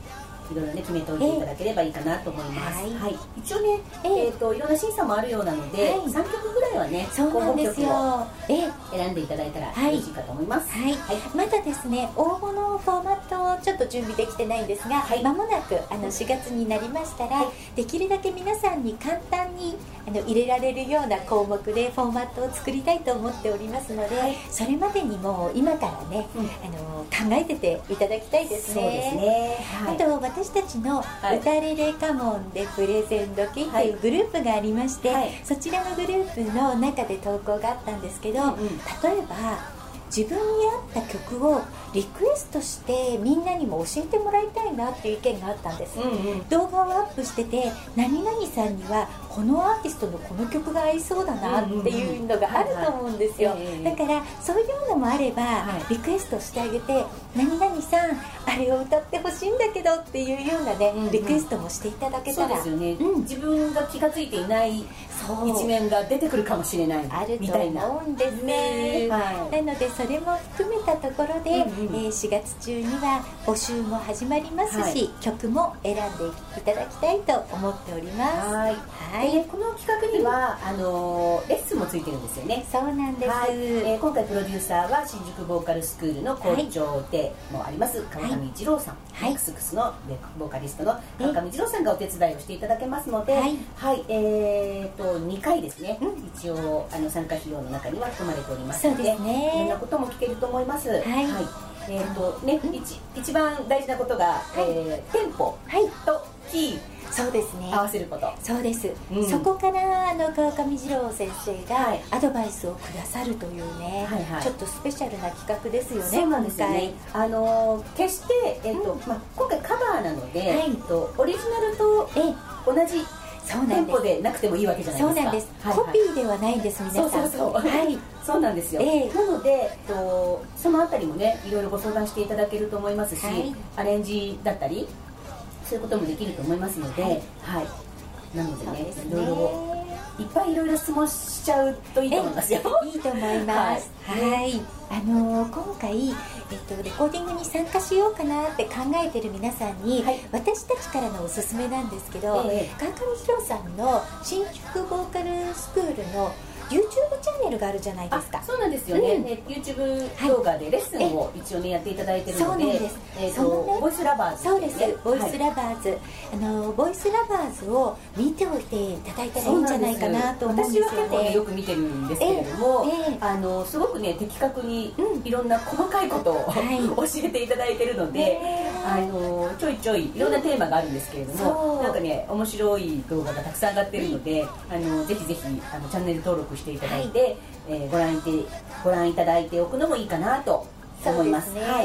いろいろね決めておいていただければいいかなと思います。 はいはい、一応ね、えー、といろんな審査もあるようなので、 はい、 さんきょくぐらいはねそうなんですよ。 え選んでいただいたら嬉しいかと思います。 はい、はい、まだですね応募のフォーマットをちょっと準備できてないんですが、はい、間もなくあのしがつになりましたら、はい、できるだけ皆さんに簡単にあの入れられるような項目でフォーマットを作りたいと思っておりますので、はい、それまでにも今からね、うん、あの考えてていただきたいですね。 そうですね、はい、 あと私たちの歌レレカモンでプレゼン時っていうグループがありまして、はい、そちらのグループの中で投稿があったんですけど、うんうん、例えば自分に合った曲をリクエストしてみんなにも教えてもらいたいなっていう意見があったんです、うんうん、動画をアップしてて何々さんにはこのアーティストのこの曲が合いそうだなっていうのがあると思うんですよ。だからそういうのもあれば、はい、リクエストしてあげて何々さんあれを歌ってほしいんだけどっていうようなね、うんうん、リクエストもしていただけたら、 そうですよね、うん、自分が気がついていない一面が出てくるかもしれないみたいな、 あると思うんですね、はい、なのでそれも含めたところで、うんうん、えー、しがつ中には募集も始まりますし、はい、曲も選んでいただきたいと思っております。はい、はい、 でこの企画には、うん、あのレッスンもついてるんですよね。 そうなんです、 はい、えー、今回プロデューサーは新宿ボーカルスクールの校長でもあります、はい、川上二郎さん、はい、クスクスのボーカリストの川上二郎さんがお手伝いをしていただけますので、はい、はい、えー、とにかいですね、うん、一応あの参加費用の中には含まれておりますので、そうですね、いろんなことも聞けると思います。はい、はい、えーとね、うん、一, 一番大事なことが、はい、えー、テンポとキー、 そうですね、 合わせること、 そうです、うん、そこからあの川上二郎先生がアドバイスをくださるというね、はいはい、ちょっとスペシャルな企画ですよね。 そうなんですよね、あの決して、えーと、うん、まあ、今回カバーなので、はい、えーと、オリジナルと同じテンポでなくてもいいわけじゃないですか。 そうなんです、はいはい、コピーではないんです皆さん。 そうそうそう、はい、そうなんですよ、えー、なのでとそのあたりもねいろいろご相談していただけると思いますし、はい、アレンジだったりそういうこともできると思いますので、はい、はい、なのでね、いろいろいっぱいいろいろ質問しちゃうといいと思いますよ。 いいと思います。はい、はい、あのー、今回、えっと、レコーディングに参加しようかなって考えてる皆さんに、はい、私たちからのおすすめなんですけど、えー、川上二郎さんの新宿ボーカルスクールのYouTube チャンネルがあるじゃないですか。 そうなんですよね、うん、YouTube 動画でレッスンを一応ねやっていただいてるので、そうなんです、えーとね、ボイスラバーズ、 そうです、ボイスラバーズ、はい、あのボイスラバーズを見ておいていただいたらいいんじゃないかなと思うんですよね。 私は結構ねよく見てるんですけれども、えー、あのすごくね的確にいろんな細かいことを、うん、教えていただいてるので、えー、あのちょいちょいいろんなテーマがあるんですけれども、うん、なんかね面白い動画がたくさん上がってるので、うん、あのぜひぜひあのチャンネル登録していただいて、はい、でえー、ご覧いてご覧いただいておくのもいいかなと思います。 そうですね、はい、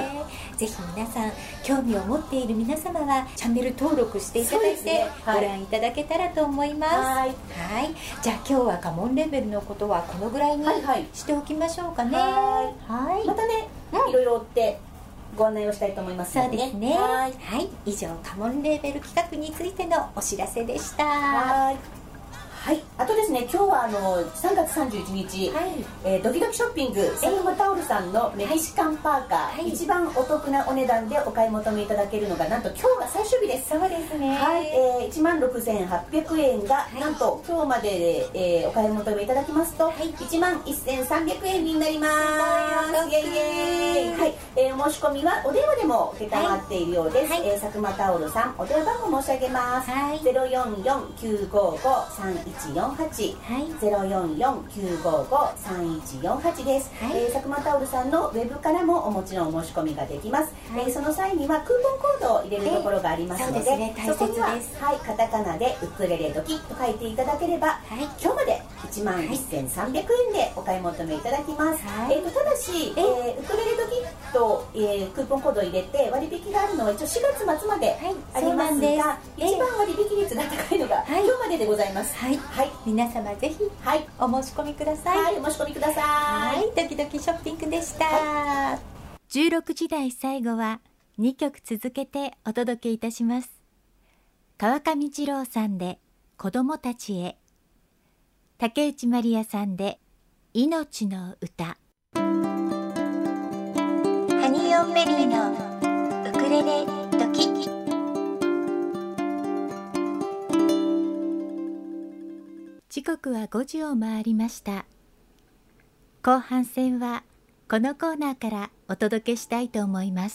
ぜひ皆さん興味を持っている皆様はチャンネル登録していただいて、ね、はい、ご覧いただけたらと思います。はい、はい、じゃあ今日はカモンレベルのことはこのぐらいにしておきましょうかね。はい、 はい、またね、うん、いろいろ追ってご案内をしたいと思いますので、ね、 そうですね。はい、はい、以上カモンレベル企画についてのお知らせでした。 はい、はい、あとですね、今日はあのさんがつさんじゅういちにち、はい、えー、ドキドキショッピング佐久間タオルさんのメキシカンパーカー、はい、一番お得なお値段でお買い求めいただけるのがなんと今日が最終日です。 そうですね、 はい、えー、いちまんろくせんはっぴゃくえんが、はい、なんと今日までで、えー、お買い求めいただきますと、はい、いちまんせんさんびゃくえんになります。イエイイエイ、はい、えー、お申し込みはお電話でも承っているようです。はい、えー、佐久間タオルさんお電話番号申し上げます。はい、ゼロよんよんきゅうごごさんいちよんはち、はい、ゼロよんよんきゅうごごさんいちよんはちです。はい、えー、佐久間タオルさんのウェブからももちろんお申し込みができます。はい、えー、その際にはクーポンコードを入れるところがありますので、えー、そうですね、大切です。そこには、はい、カタカナでウクレレドキと書いていただければ、はい、今日までいちまんせんさんびゃくえんでお買い求めいただきます。はい、えー、とただし、えー、ウクレレドキと、えー、クーポンコードを入れて割引があるのは一応しがつまつまでありますが、はい、一番割引率が高いのが、はい、今日まででございます。 はい、はい、皆様ぜひ、はい、お申し込みください。 はい、お申し込みください。 はい、ドキドキショッピングでした。はい、じゅうろくじ台最後はにきょく続けてお届けいたします。川上二郎さんで子供たちへ、竹内まりやさんで命の歌、ハニーオンベリーのウクレレドキ。 時刻はごじを回りました。後半戦はこのコーナーからお届けしたいと思います。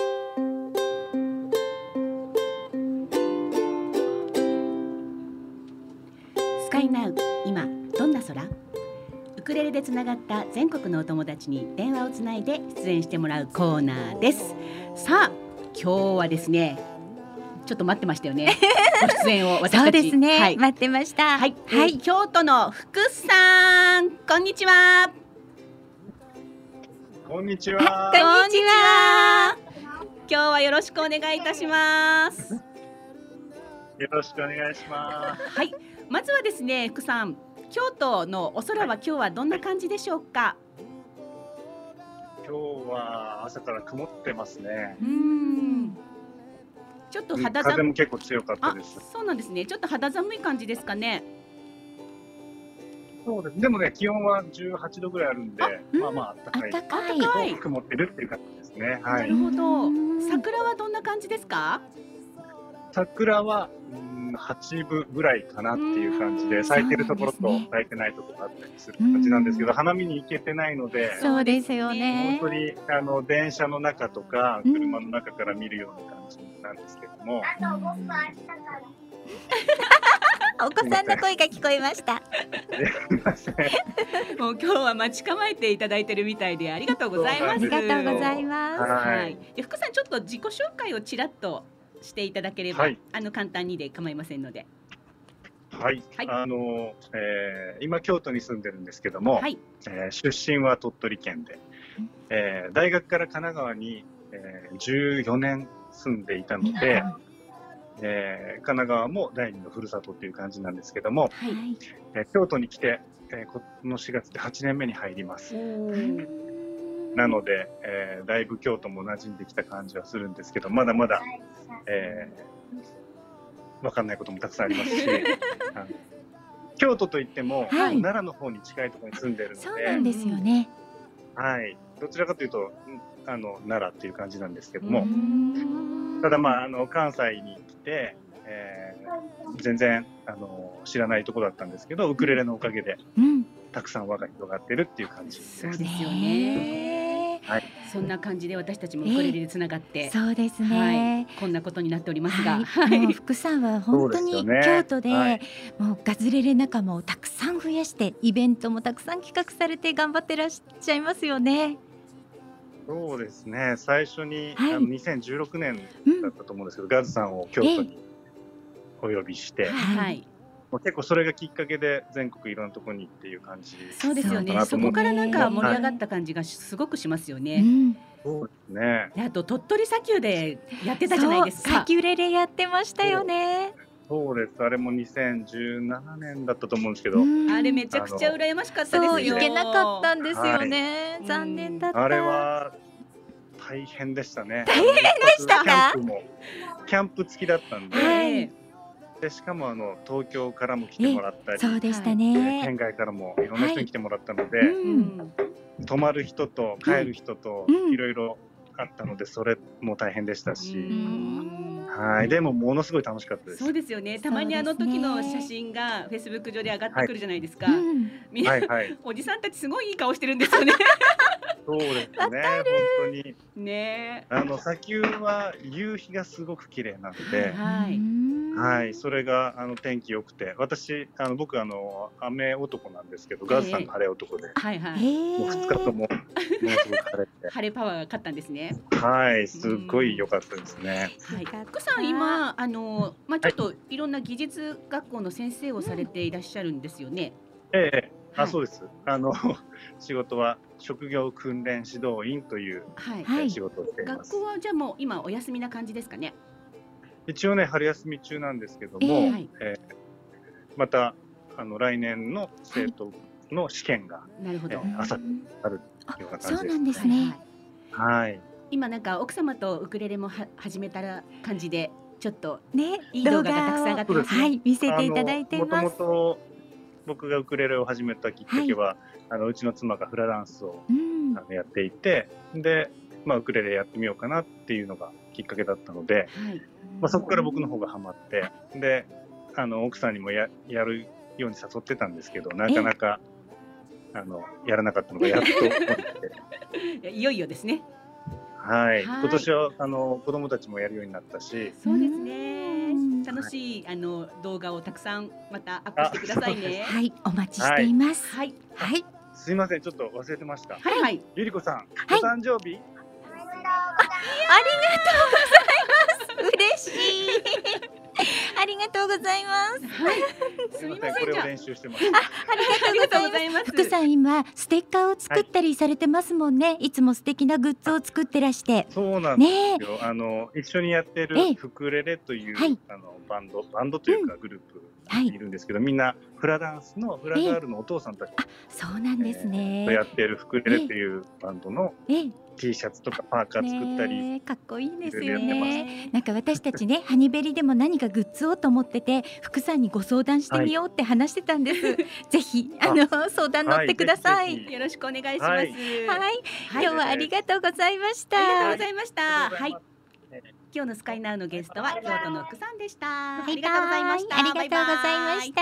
スカイナウ、今どんな空？ウクレレでつながった全国のお友達に電話をつないで出演してもらうコーナーです。さあ、今日はですね、ちょっと待ってましたよね。ご出演を私たち。 そうですね、 はい、 待ってました。 はい、 はい、 えー、京都の福さん、こんにちは。 こんにちは。 こんにちは。 今日はよろしくお願いいたします。 よろしくお願いします。 はい、まずはですね、福さん、京都のお空は今日はどんな感じでしょうか？ 今日は朝から曇ってますね。 うーん、ちょっと肌寒い、 風も結構強かったです。 そうなんですね。ちょっと肌寒い感じですかね。 そうです。でもね、気温はじゅうはちどぐらいあるんで、 うん、 まあまあ暖かい。 暖かい。 暖かい。 曇ってるっていう感じですね。は。 ないるほど。桜はどんな感じですか？ 桜はうんはちぶぐらいかなっていう感じで、咲いてるところと咲いてないところがあったりする感じなんですけど、花見に行けてないので、 そうですよね。 本当にあの電車の中とか車の中から見るような感じなんですけども。 お子さんの声が聞こえました。 すみません。 もう今日は待ち構えていただいてるみたいでありがとうございます。 ありがとうございます。 はい。で、福さん、ちょっと自己紹介をちらっとしていただければ、はい、あの簡単にで構いませんので。 はい。はい、あの、えー、今京都に住んでるんですけども、はい、えー、出身は鳥取県で、えー、大学から神奈川に、えー、じゅうよねん住んでいたので。うん、えー、神奈川も第二のふるさとっていう感じなんですけども、はい、えー、京都に来て、えー、このしがつではちねんめに入ります。なので、えー、だいぶ京都も馴染んできた感じはするんですけど、まだまだ、えー、分かんないこともたくさんありますしあの京都といっても、はい、奈良の方に近いところに住んでるので、 そうなんですよね。 はい、どちらかというとあの奈良っていう感じなんですけども、ただまああの関西に来て、えー、全然あの知らないところだったんですけど、ウクレレのおかげで、うん、たくさん輪が広がってるっていう感じです。 そうですよね。はい、そんな感じで私たちもウクレレでつながって、 えー、そうですね、 はい、こんなことになっておりますが、 はい、もう福さんは本当に京都で、ね、はい、もうガズレレ仲間をたくさん増やしてイベントもたくさん企画されて頑張ってらっしゃいますよね。 そうですね、最初に、はい、あのにせんじゅうろくねんだったと思うんですけど、うん、ガズさんを京都にお呼びして、はい、結構それがきっかけで全国いろんなところにっていう感じ。 そうですよね。そこからなんか盛り上がった感じがすごくしますよね。はい、 そうですね。 あと鳥取砂丘でやってたじゃないですか。 砂丘レレやってましたよね。 そうです。あれもにせんじゅうななねんだったと思うんですけど、 あれめちゃくちゃ羨ましかったですよ。 行けなかったんですよね。はい、残念だった。 あれは大変でしたね。 大変でしたか？ キャンプもキャンプ付きだったんで。 はい、 でしかもあの東京からも来てもらったり、 そうでしたね、 県外からもいろんな人に来てもらったので、はい、うん、泊まる人と帰る人といろいろあったので、それも大変でしたし、うん、はい、でもものすごい楽しかったです。 そうですよね。たまにあの時の写真がフェイスブック上で上がってくるじゃないですか。 はい、 みんな、はいはい、おじさんたちすごいいい顔してるんですよね。 そうですね、本当にね、あの砂丘は夕日がすごく綺麗なので、はい、はい、それがあの天気良くて、私あの僕あの雨男なんですけど、ガズさんが晴れ男で、はいはい、もうふつかともものすごく晴れて晴れパワーが勝ったんですね。 はい、すごい良かったですね。 はい、福さん今あのまあちょっといろんな技術学校の先生をされていらっしゃるんですよね。 うん、ええ、あ、そうです。あの仕事は職業訓練指導員という、はい、仕事をしています。 学校はじゃあもう今お休みな感じですかね。 一応ね、春休み中なんですけども、えーえー、またあの来年の生徒の試験が、はい、なるほど、えー、朝あるような感じです。 そうなんですね。 はい。 今なんか奥様とウクレレもは始めたら感じでちょっとね、いい動画がたくさん上がってますね。 はい、見せていただいています。 もともと僕がウクレレを始めたきっかけは、はい、あのうちの妻がフラダンスを、うん、あのやっていて、で、まあ、ウクレレやってみようかなっていうのがきっかけだったので、はい、まあ、そこから僕の方がハマって、であの奥さんにも や, やるように誘ってたんですけど、なかなかあのやらなかったのがやっといよいよですね。 はい、今年はあの子供たちもやるようになったし、 そうですね。楽しいあの動画をたくさんまたアップしてくださいね。 はい、お待ちしています。 はい、 はい。 すいません、ちょっと忘れてました。 はいはい。 ゆりこさん、 はい、 お誕生日。 ありがとうございます。嬉しい。ありがとうございます。 はい。 すみません、これを練習してます。 あ、ありがとうございます。福さん、今ステッカーを作ったりされてますもんね。はい、いつも素敵なグッズを作ってらして。 そうなんですよ。ね、あの一緒にやってるフクレレという、はい、あのバンドバンドというかグループ。うん、いるんですけど、みんなフラダンスのフラガールのお父さんたち、 あ、そうなんですね、 えー、やってるフクレレっていうバンドの T シャツとかパーカー作ったり、 ね、かっこいいですよね。なんか私たちね、ハニベリでも何かグッズをと思ってて、福さんにご相談してみようって話してたんです。はい、ぜひあの相談乗ってください。 はい、よろしくお願いします。はい、 はい、今日はありがとうございました。 ありがとうございました。はい。今日のスカイナウのゲストは京都の福さんでした。ありがとうございました。 ありがとうございました。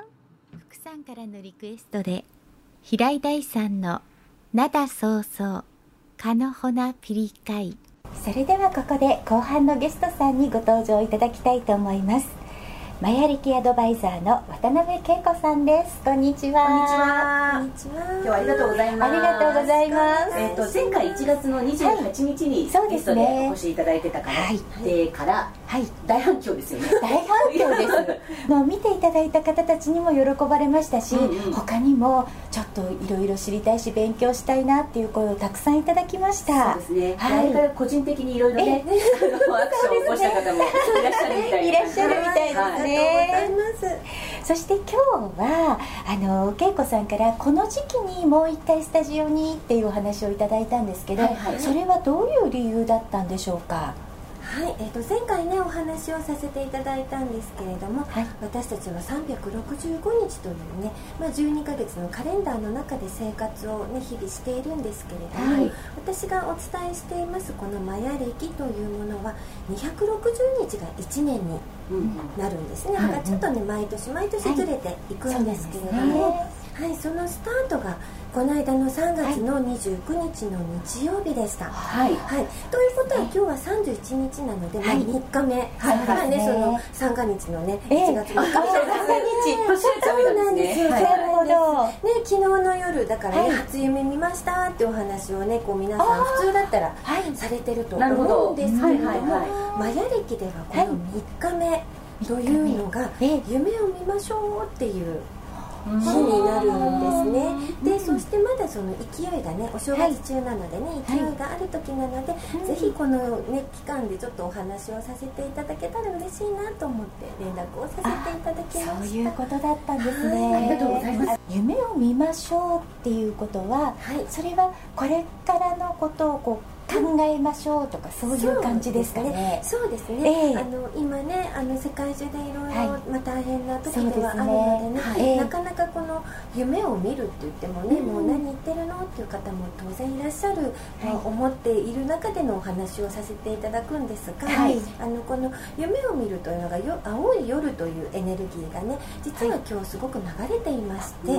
福さんからのリクエストで平井大さんの灘そうそうかのほなピリカイ。それではここで後半のゲストさんにご登場いただきたいと思います。マヤ歴アドバイザーの渡辺恵子さんです。こんにちは。 こんにちは。今日はありがとうございます。 ありがとうございます。 えっと前回いちがつのにじゅうはちにちにゲストでお越しいただいてたから、はい、でからはい大反響ですよね。 大反響です。もう見ていただいた方たちにも喜ばれましたし、うんうん、他にもちょっといろいろ知りたいし勉強したいなっていう声をたくさんいただきました。 そうですね。はい。から個人的にいろいろね、あのアクションを起こした方もいらっしゃるみたいです。 いらっしゃるみたいですね。そして今日はあの恵子さんからこの時期にもう一回スタジオにっていうお話をいただいたんですけど、はいはい、それはどういう理由だったんでしょうか。 はい、えー、と前回ねお話をさせていただいたんですけれども、はい、私たちはさんびゃくろくじゅうごにちというね、まあ、じゅうにかげつのカレンダーの中で生活を、ね、日々しているんですけれども、はい、私がお伝えしていますこのマヤ暦というものはにひゃくろくじゅうにちがいちねんになるんですね、うん、だからちょっとね毎年毎年ずれていくんですけれども、はい、はい、そのスタートがこの間のさんがつのにじゅうくにちの日曜日でした。はい、はい、ということは今日はさんじゅういちにちなので、はい、まあみっかめ、はい、まあね、その三が日のね、いちがつみっかめ、三が日、そうなんですよ。なるほど。ね、昨日の夜だからね、初夢見ましたってお話をね、こう皆さん普通だったらされてると思うんですけれども、マヤ暦ではこのみっかめというのが夢を見ましょうっていう日になるんですね。でそしてまだその勢いがねお正月中なのでね、はい、勢いがある時なので、はい、ぜひこのね期間でちょっとお話をさせていただけたら嬉しいなと思って連絡をさせていただきました。 そういうことだったんですね、 はい、ありがとうございます。 夢を見ましょうっていうことは、はい、それはこれからのことをこう考えましょうとかそういう感じですかね。 そうですね、えー、あの今ねあの世界中でいろいろまあ大変な時ではあるのでね、はい、なかなかこの夢を見るって言ってもね、うん、もう何言ってるのっていう方も当然いらっしゃると、はい、思っている中でのお話をさせていただくんですが、はい、あのこの夢を見るというのがよ青い夜というエネルギーがね実は今日すごく流れていまして、はい、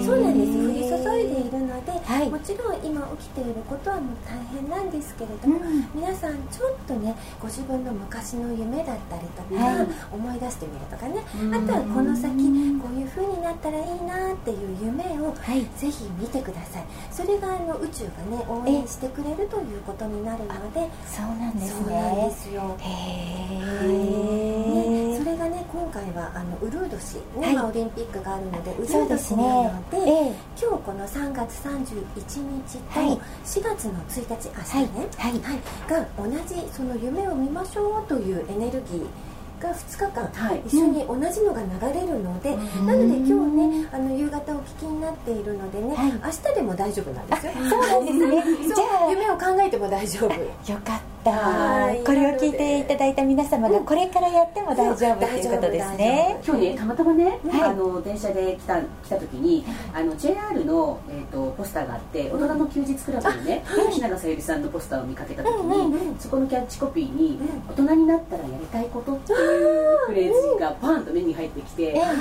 そうなんです降り注いでいるので、はい、もちろん今起きていることはもう大変なんですですけれども、うん、皆さんちょっとねご自分の昔の夢だったりとか、はい、思い出してみるとかね、あとはこの先こういう風になったらいいなっていう夢を、はい、ぜひ見てください。それがあの宇宙がね応援してくれるということになるので、 そうなんですね。 そうなんですよ。へー、ね、それがね今回はあのウルー年、ね、はい、まあ、オリンピックがあるのでウルー年なので、ね、今日このさんがつさんじゅういちにちとしがつのついたち明日ね、はい、はい、が同じその夢を見ましょうというエネルギーがふつかかん、はい、一緒に同じのが流れるので、うん、なので今日ねあの夕方お聞きになっているのでね、はい、明日でも大丈夫なんですよ。 そうなんですね。 じゃあ夢を考えても大丈夫。 よかった。これを聞いていただいた皆様がこれからやっても大丈夫ということですね。 今日ねたまたまね、はい、あの電車で来た来た時にあの ジェイアール の、えー、とポスターがあって大人の休日クラブのね吉永小百合さんのポスターを見かけた時に、うん、そこのキャッチコピーに、うん、大人になったらやりたいことっていうフレーズがパンと目に入ってきて、はい、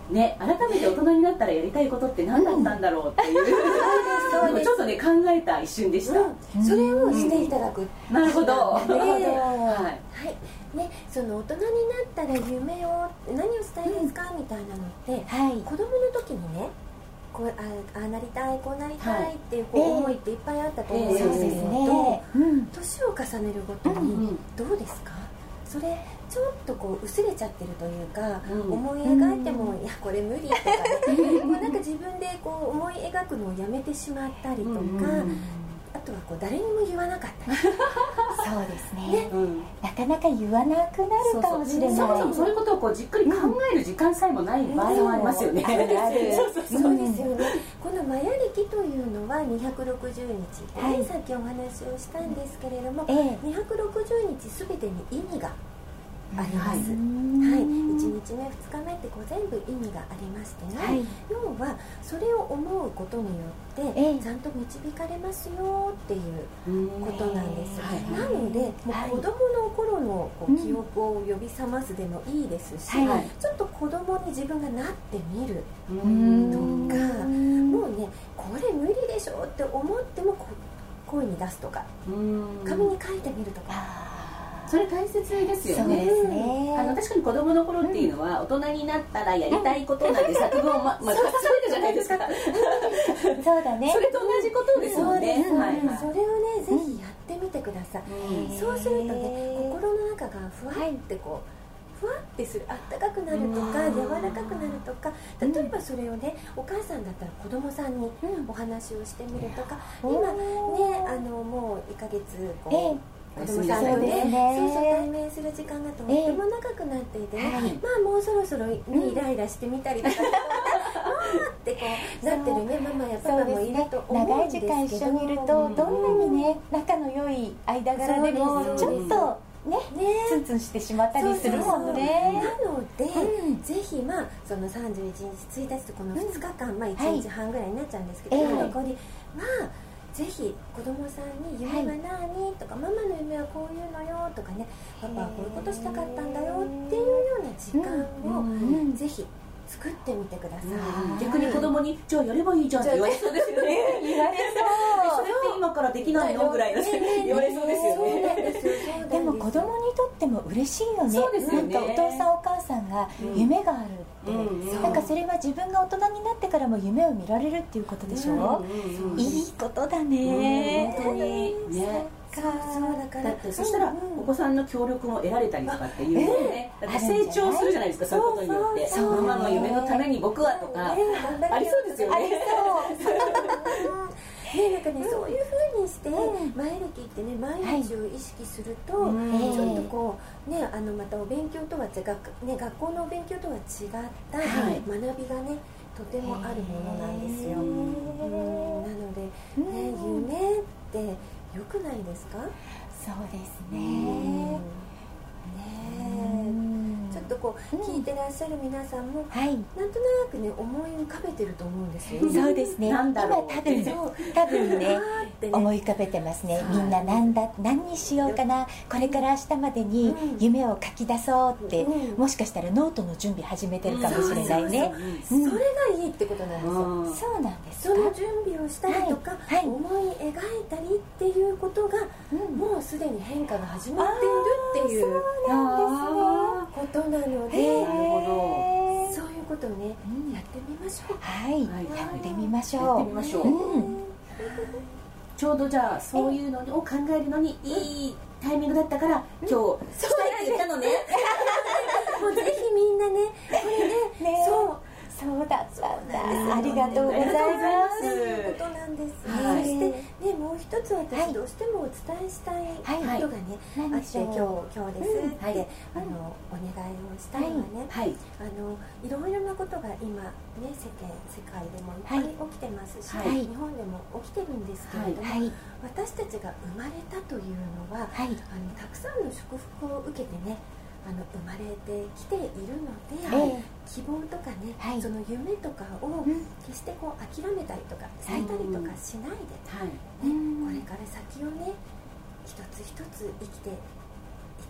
ね、改めて大人になったらやりたいことって何だったんだろうっていう、うん、ちょっとね考えた一瞬でした、 うん、それをしていただく、 うん、なるほど、 はいはいね、その大人になったら夢を何をしたいですか、うん、みたいなのって、はい、子供の時にねこう あ, あなりたいこうなりたいっていう、こう思いっていっぱいあったと思うんですけど、えーえーね、年を重ねるごとにどうですか、それちょっとこう薄れちゃってるというか、うん、思い描いても、うん、いやこれ無理とかねもうなんか自分でこう思い描くのをやめてしまったりとか、うん、あとはこう誰にも言わなかったりそうですね、ね、うん、なかなか言わなくなるかもしれない。 そもそもそういうことをこうじっくり考える時間さえもない場合もありますよね、うん、あるあるそうですよね。このマヤ暦というのはにひゃくろくじゅうにちで、ね、はい、さっきお話をしたんですけれども、ええ、にひゃくろくじゅうにちすべてに意味があります、はい、はい、いちにちめふつかめってこう全部意味がありましてね、はい、要はそれを思うことによって、ええ、ちゃんと導かれますよっていうことなんです、はい、なのでもう子どもの頃のこう記憶を呼び覚ますでもいいですし、はい、ちょっと子供に自分がなってみるとか、もうねこれ無理でしょって思ってもこ声に出すとか、紙に書いてみるとか、 それ大切ですよね。そうですね。あの確かに子供の頃っていうのは、うん、大人になったらやりたいことなんて作文をままあ書かされるじゃないですか。 そうだね。 それと同じことですよね。 そうです、はいはい、それをねぜひやってみてください。うん、そうするとね心の中がふわってこう。ふわってする、あったかくなるとか柔らかくなるとか、例えばそれをねお母さんだったら子供さんにお話をしてみるとか、今ねあのもういっかげつこう子供さんとね、そうそう対面する時間がとっても長くなっていてね、まあもうそろそろねイライラしてみたりとかわーってこうなってるねママやパパもいると思うんですけど、 長い時間一緒にいるとどんなにね仲の良い間柄でもちょっとね、ね、ツンツンしてしまったりするもんね。 なので、うん、ぜひまあそのさんじゅういちにちついたちとこのふつかかん、うん、まあいちにちはんぐらいになっちゃうんですけど、はい、残りまあぜひ子供さんに夢は何、はい、とかママの夢はこういうのよとかね、パパはこういうことしたかったんだよっていうような時間を、うんうん、ぜひ作ってみてください、 うん、逆に子供にじゃあやればいいじゃんって言われそうですよね言われそうそれって今からできないのぐらいの言われそうですよね。 でも子供にとっても嬉しいよね。 そうですよね。 なんかお父さんお母さんが夢があるって、うん、なんかそれは自分が大人になってからも夢を見られるっていうことでしょ、うんうんうん、いいことだね、 うん、本当にね。 そうだからだってそしたらお子さんの協力も得られたりとかっていうのね、だって成長するじゃないですか、そういうことによってママの夢のために僕はとかありそうですよね。ありそうね、なんかね、そういう風にして前歴ってね毎日を意識すると、ちょっとこうねあのまたお勉強とは違うね学校のお勉強とは違った学びがねとてもあるものなんですよ。うん、なのでね夢って良くないですか？ そうですね。ねちょっとこう聞いてらっしゃる皆さんも、はい、なんとなくね思い浮かべてると思うんですよ。 そうですね。 なんだろう今多分多分ね思い浮かべてますね。みんななんだ何にしようかな、これから明日までに夢を書き出そうって、うん、もしかしたらノートの準備始めてるかもしれないね。 それがいいってことなんですよ。 うん、そうなんですか。 その準備をしたりとか、はいはい、思い描いたりっていうことが、うん、もうすでに変化が始まっているっていうそうなんですね。 ことなので、 なるほど、そういうことをね、うん、やってみましょう。 はい、はい、やってみましょう。 やってみましょう。うん、ちょうどじゃあそういうのを考えるのにいいタイミングだったから今日そうしたいって言ったのね。 もうぜひみんなね、これね、ねそう。 そうだったんだ。ありがとうございます。 そういうことなんです。はい、そしてね、もう一つ私どうしてもお伝えしたいことがね、あって今日今日ですって、はい、あのお願いをしたいわね。はい、あのいろいろなことが今ね世間世界でもいっぱい起きてますし、はい、日本でも起きてるんですけれども、はい、私たちが生まれたというのは、はい、あのたくさんの祝福を受けてね。あの生まれてきているので、はい、希望とかね、はい、その夢とかを決してこう諦めたりとかされたりとかしないで、はいね、これから先をね一つ一つ生きていっ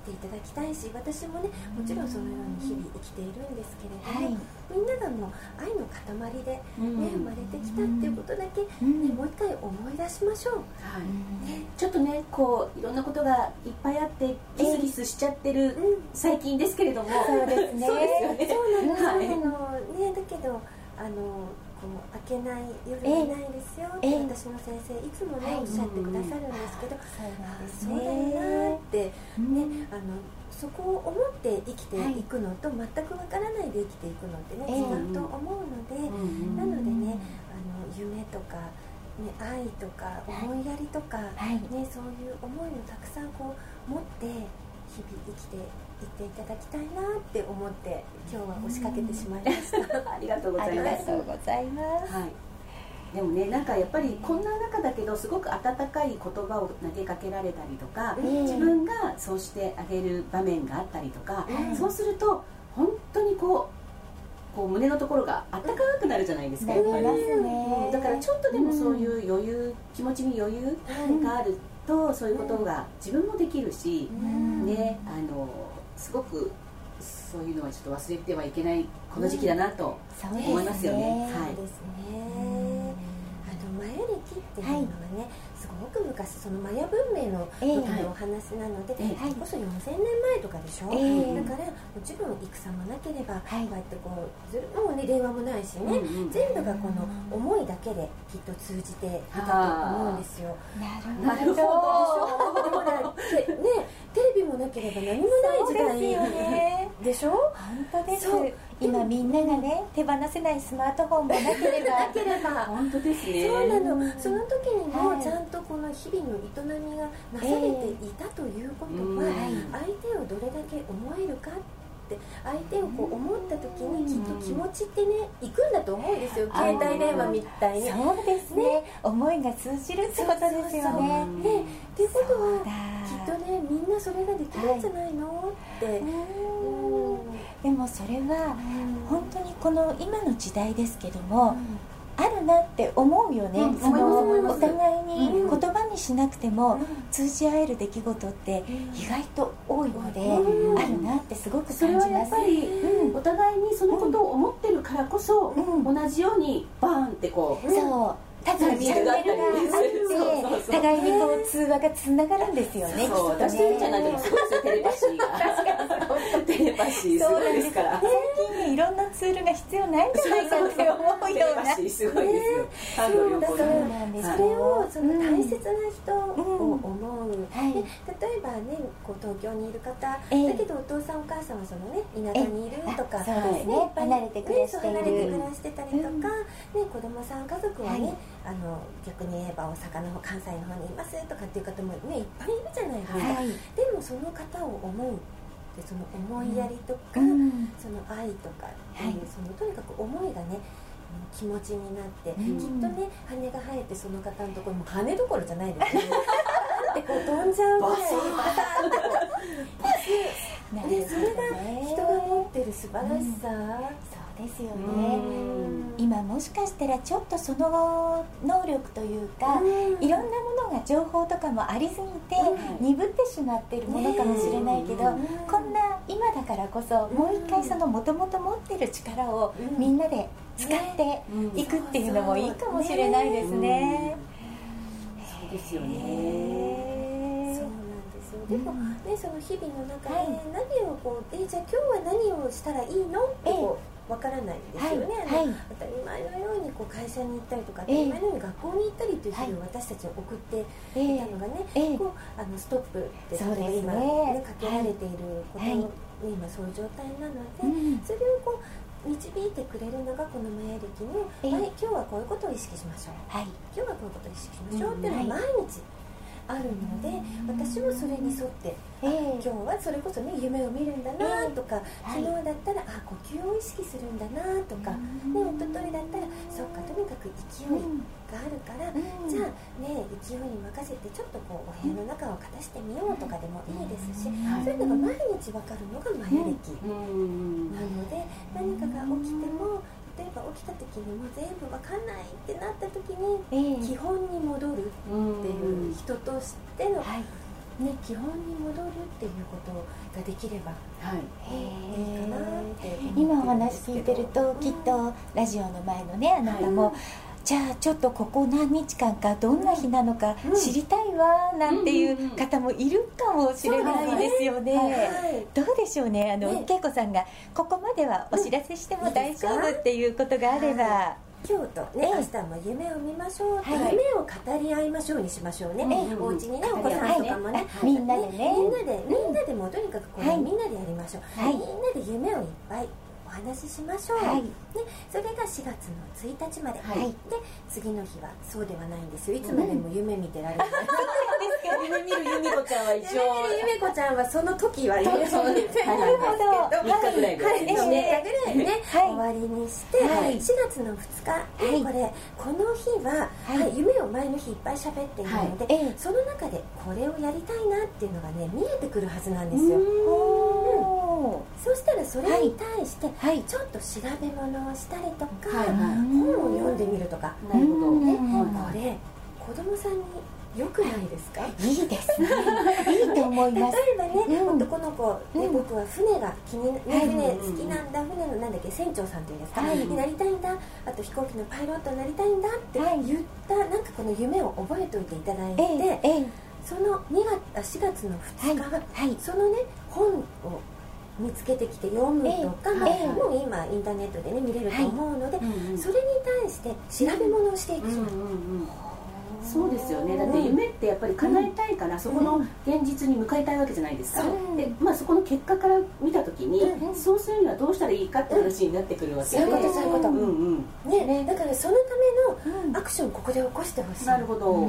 ていただきたいし、私もねもちろんそのように日々生きているんですけれども、はい、みんながもう愛の塊で、ね、生まれてきたっていうことだけ、ね、もう一回思い出しましょう、はいね、ちょっとねこういろんなことがいっぱいあってギスギスしちゃってる最近ですけれども、 そうですね、 そうですよね、そうなの、はい、そうなのね、だけどあの明けない夜はないですよって、私の先生いつもね、はい、おっしゃってくださるんですけど、そうだよなって、ね、あのそこを思って生きていくのと、全くわからないで生きていくのってね、違うと思うので、なのでね、あの夢とか、ね、愛とか思いやりとか、はいね、そういう思いをたくさんこう持って日々生きていっていただきたいなって思って今日は押しかけてしまいましたありがとうございます。 ありがとうございます、 はい、でもね、なんかやっぱりこんな中だけどすごく温かい言葉を投げかけられたりとか、うん、自分がそうしてあげる場面があったりとか、うん、そうすると本当にこうこう胸のところが温かくなるじゃないですか、やっぱり、ね、だからちょっとでもそういう余裕、うん、気持ちに余裕があると、そういうことが自分もできるし、うん、ね、あのすごくそういうのはちょっと忘れてはいけないこの時期だなと思いますよね。 そうですね。あのマヤ歴っていうのはね、はい、すごく昔そのマヤ文明の時のお話なので、えーはい、こそよんせんねんまえとかでしょ、えー、だからもちろん戦もなければ、はい、こうやってこうもうね電話もないしね、うんうん、全部がこの思いだけできっと通じていたと思うんですよ。 なるほど。 でもね、テレビもなければ何もない時代でしょ。 本当です。今みんながね手放せないスマートフォンもなければなければ本当ですね。 そうなの。その時にもちゃんとこの日々の営みがなされていたということは、相手をどれだけ思えるかって相手をこう思った時にきっと気持ちってねいくんだと思うんですよ。携帯電話みたいに。 そうですね。思いが通じるってことですよね。 ね、っていうことはきっとねみんなそれができるんじゃないのって。 でもそれは本当にこの今の時代ですけども、あるなって思うよね、うん、そのお互いに言葉にしなくても通じ合える出来事って意外と多いので、うん、あるなってすごく感じます。 それはやっぱり、うん、お互いにそのことを思ってるからこそ、うん、同じようにバーンってこう、 そう多分チャンネルがあって互いにこう通話がつながるんですよね。 そう、私とじゃないけどすごいですよ、テレパシーが。テレパシーすごいですから。 最近ねいろんなツールが必要ないんじゃないかって思うような。 テレパシーすごいですよ。 そうだからそれをその大切な人を思う。例えばねこう東京にいる方だけどお父さんお母さんはそのね田舎にいるとかね離れて暮らしている、 離れて暮らしてたりとかね子供さん家族はね。あの逆に言えば大阪の方関西の方にいますとかっていう方もねいっぱいいるじゃないですか、はい、でもその方を思うでその思いやりとか、うん、その愛とかっていう、はい、そのとにかく思いがね気持ちになって、うん、きっとね羽が生えてその方のところも羽どころじゃないですよねってこう飛んじゃうぐらいバターってこうでそれが人が持ってる素晴らしさ、 うんですよね。今もしかしたらちょっとその能力というかいろんなものが情報とかもありすぎて鈍ってしまっているものかもしれないけど、こんな今だからこそもう一回そのもともと持ってる力をみんなで使っていくっていうのもいいかもしれないですね。 そうですよね。 でもね、その日々の中で何をこう、えじゃあ今日は何をしたらいいのってこうわからないですよね、はいはい、当たり前のようにこう会社に行ったりとか当たり前のように学校に行ったりという日々を私たちに送っていたのがね、えー、こうあのストップって今、ね、かけられていることに今そういう状態なので、はい、それをこう導いてくれるのがこのマヤ暦の、えー、今日はこういうことを意識しましょう、はい、今日はこういうことを意識しましょうっていうのが毎日あるので、私もそれに沿って、えー、今日はそれこそね夢を見るんだなとか、えー、昨日だったらあ呼吸を意識するんだなとか、ね、一昨日だったらそっかとにかく勢いがあるから、うん、じゃあね勢いに任せてちょっとこうお部屋の中を片してみようとかでもいいですし、うん、そういうのが毎日わかるのがマヤ暦なので、何かが起きても例えば起きた時にもう全部わかんないってなった時に基本に戻るっていう人としてのね、基本に戻るっていうことができれば、はい、いいかなって今お話聞いてると、うん、きっとラジオの前のねあなたも、はい、じゃあちょっとここ何日間かどんな日なのか知りたいわなんていう方もいるかもしれないですよね。どうでしょうね、あの、ね、恵子さんがここまではお知らせしても大丈夫っていうことがあれば、 今日とね、明日も夢を見ましょうって、夢を語り合いましょうにしましょうね。お家にね、お子さんとかもね、 みんなでね、 みんなでみんなでもとにかくこれみんなでやりましょう。みんなで夢をいっぱいお話ししましょう、はい、ね、それがしがつのついたちまで、はい、で次の日はそうではないんですよ。いつまでも夢見てられない、 うん、夢見る由美子ちゃんは一応夢見る由美子ちゃんはその時は夢見てるんですけど、 なるほど、 みっかぐらいで、はい、みっかぐらいね、はい、終わりにして、はい、しがつのふつか、はい、これこの日は、はいはい、夢を前の日いっぱい喋っているので、はい、その中でこれをやりたいなっていうのがね見えてくるはずなんですよ。そしたらそれに対してちょっと調べ物をしたりとか、はいはい、本を読んでみるとか、なるほど、ね、これ子供さんに良くないですか？ いいですね。いいと思います。 例えばね、うん、男の子で、うん、僕は船が気に、ね、船好きなんだ、船のなんだっけ船長さんというんですか、はい、になりたいんだ、あと飛行機のパイロットになりたいんだって言った、はい、なんかこの夢を覚えておいていただいて、ええええ、そのにがつしがつのふつかは、はいはい、そのね本を見つけてきて読むとか、ええ、もう今インターネットでね見れると思うので、はい、それに対して調べ物をしていく。うんうんうん、 そうですよね。だって夢ってやっぱり叶えたいから、うん、そこの現実に向かいたいわけじゃないですか、うん、で、まあ、そこの結果から見た時に、うん、そうするにはどうしたらいいかって話になってくるわけで、 そういうことそういうこと、 うんうんねね、だからそのためのアクションをここで起こしてほしい。 なるほど、うん、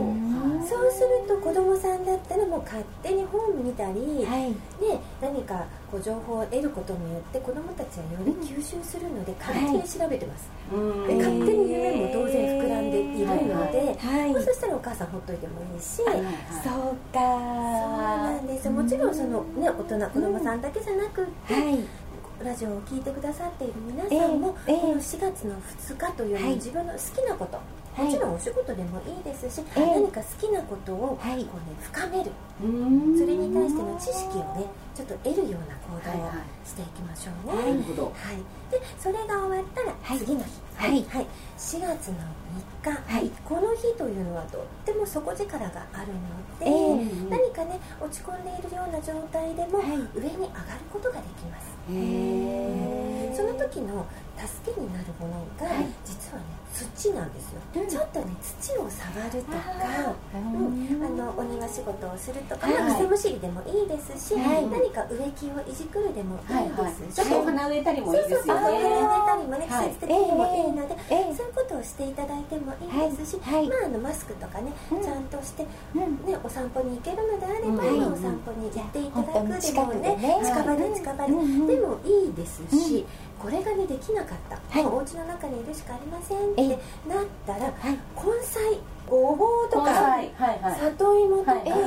そうすると子供さんだったらもう勝手に本見たり、はい、ね、何かこう情報を得ることによって子供たちはより吸収するので勝手に調べてます、はい、で勝手に夢も当然膨らんでいるので、はいはい、そしたらお母さんほっといてもいいし、はいはい、 そうか、そうなんですよ。もちろんその、ね、大人子供さんだけじゃなくって、はい、ラジオを聞いてくださっている皆さんも、えーえー、このしがつのふつかというのは自分の好きなこと、はい、もちろんお仕事でもいいですし、はい、何か好きなことをこう、ね、深める、それに対しての知識をねちょっと得るような行動をしていきましょうね。 なるほど、 はい、でそれが終わったら次の日、はいはいはい、しがつのみっか、はい、この日というのはとっても底力があるので、えー、何かね落ち込んでいるような状態でも、はい、上に上がることができます。へー、その時の助けになるものが、はい、実はね土なんですよ、うん、ちょっとね土を触るとか、うん、あのお庭仕事をするとか、はい、まあ、草むしりでもいいですし、はい、何か植木をいじくるでもいいですし、 はいはい、ちょっとお花植えたりもいいですよね。 そうそうそう、お花植えたりもね、季節的にもいいので、はい、そういうことをしていただいてもいいですし、はい、まあ、あのマスクとかね、うん、ちゃんとして、うん、ね、お散歩に行けるのであれば、うん、お散歩に行っていただくでもね、近場で近場で、うん、でもいいですし、うん、これがねできなかった、はい、もうお家の中にいるしかありませんってなったら、はい、根菜、ごぼうとか、はいはいはい、里芋とか、はいはい、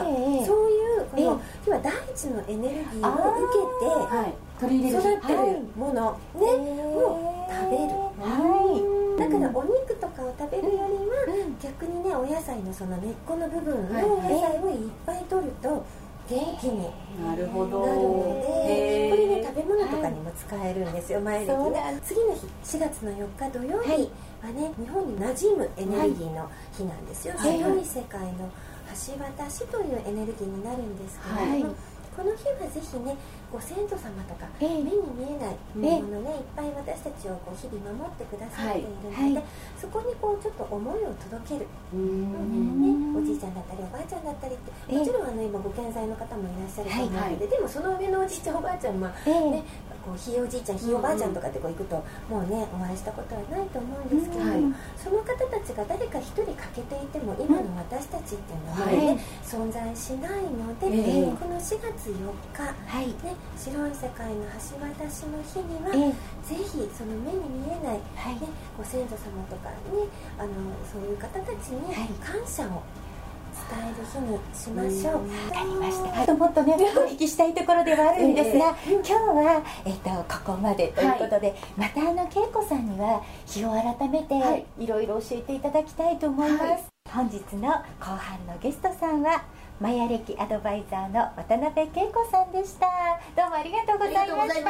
そういうこの要は大地のエネルギーを受けて、はい、取り入れる育ってるもの、はい、ね、を食べる、はい、だからお肉とかを食べるよりは、うん、逆にねお野菜のその根っこの部分のお野菜をいっぱい取ると元気になるので、これね食べ物とかにも使えるんですよ、毎日ね。次の日しがつのよっか土曜日はね、日本に馴染むエネルギーの日なんですよ。広い世界の橋渡しというエネルギーになるんですけれども、この日はぜひねご先祖様とか、えー、目に見えないものね、えー、いっぱい私たちをこう日々守ってくださっているので、はいはい、そこにこうちょっと思いを届ける、うん、ね、おじいちゃんだったりおばあちゃんだったりって、もちろんあの今ご健在の方もいらっしゃると思うので、はいはい、でもその上のおじいちゃんおばあちゃんは、えー、ね、こうひいおじいちゃんひいおばあちゃんとかってこう行くと、もうねお会いしたことはないと思うんですけれども、うん、その方たちが誰か一人欠けていても今の私たちっていうのはもうね、はい、存在しないので、えー、このしがつよっか、はい、ね、白い世界の橋渡しの日には、えー、ぜひその目に見えない、はい、ね、ご先祖様とかに、あのそういう方たちに感謝を伝える日にしましょう。 わかりました。もっとねお聞きしたいところではあるんですが、えー、今日は、えー、とここまでということで、はい、またあの恵子さんには日を改めて、はい、いろいろ教えていただきたいと思います。はい、本日の後半のゲストさんはマヤ歴アドバイザーの渡辺恵子さんでした。どうもありがとうございました。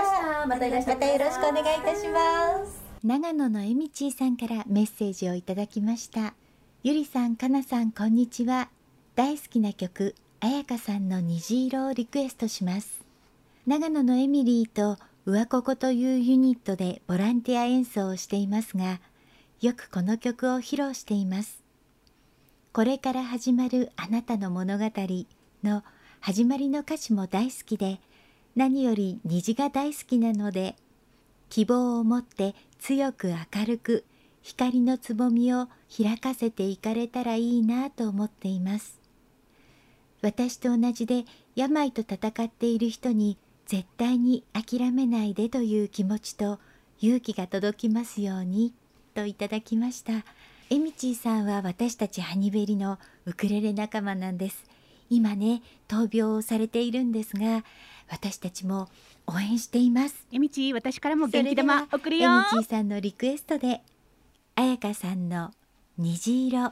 またいらっしゃい。 またよろしくお願いいたします。長野のえみちーさんからメッセージをいただきました。ゆりさん、かなさん、こんにちは。大好きな曲、あやかさんの虹色をリクエストします。長野のエミリーとうわここというユニットでボランティア演奏をしていますが、よくこの曲を披露しています。これから始まるあなたの物語の始まりの歌詞も大好きで、何より虹が大好きなので、希望を持って強く明るく光のつぼみを開かせていかれたらいいなと思っています。私と同じで病と闘っている人に絶対に諦めないでという気持ちと勇気が届きますようにといただきました。えみちーさんは私たちハニベリのウクレレ仲間なんです。今ね、闘病をされているんですが、私たちも応援しています。 えみち、私からも元気玉送るよ。 えみちーさんのリクエストで、あやかさんの虹色。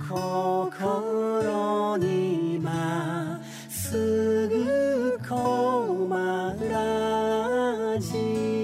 心に今すぐこまらじ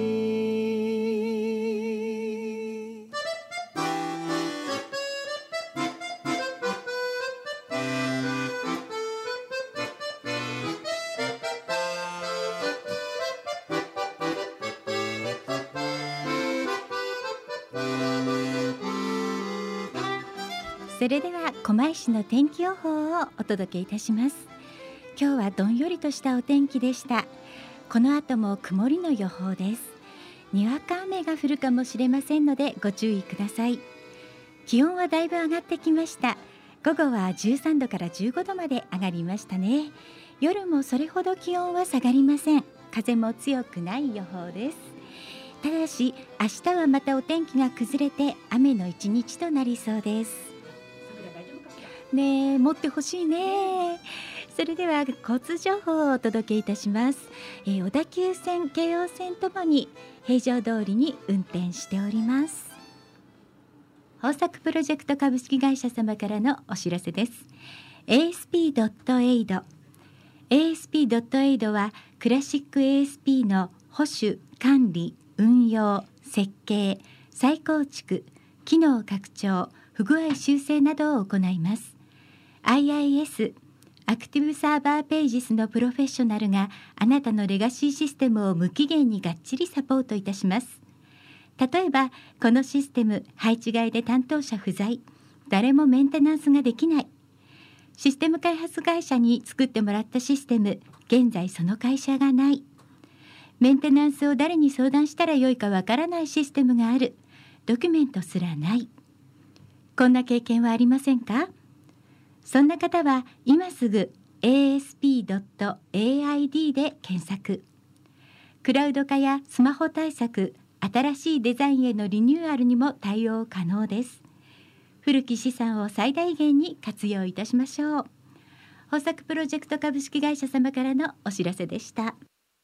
それでは狛江市の天気予報をお届けいたします。今日はどんよりとしたお天気でした。この後も曇りの予報です。にわか雨が降るかもしれませんのでご注意ください。気温はだいぶ上がってきました。午後はじゅうさんどからじゅうごどまで上がりましたね。夜もそれほど気温は下がりません。風も強くない予報です。ただし明日はまたお天気が崩れて雨の一日となりそうです。ねえ、持ってほしいね。それでは交通情報をお届けいたします。えー、小田急線、京王線ともに平常通りに運転しております。豊作プロジェクト株式会社様からのお知らせです。 エーエスピードットエイド エーエスピードットエイド はクラシック エーエスピー の保守、管理、運用、設計、再構築、機能拡張、不具合修正などを行います。アイアイエス アクティブサーバーページスのプロフェッショナルがあなたのレガシーシステムを無期限にがっちりサポートいたします。例えばこのシステム配置外で担当者不在、誰もメンテナンスができない、システム開発会社に作ってもらったシステム、現在その会社がない、メンテナンスを誰に相談したらよいかわからないシステムがある、ドキュメントすらない、こんな経験はありませんか？そんな方は今すぐ エーエスピードットエーアイディー で検索。クラウド化やスマホ対策、新しいデザインへのリニューアルにも対応可能です。古き資産を最大限に活用いたしましょう。豊作プロジェクト株式会社様からのお知らせでした。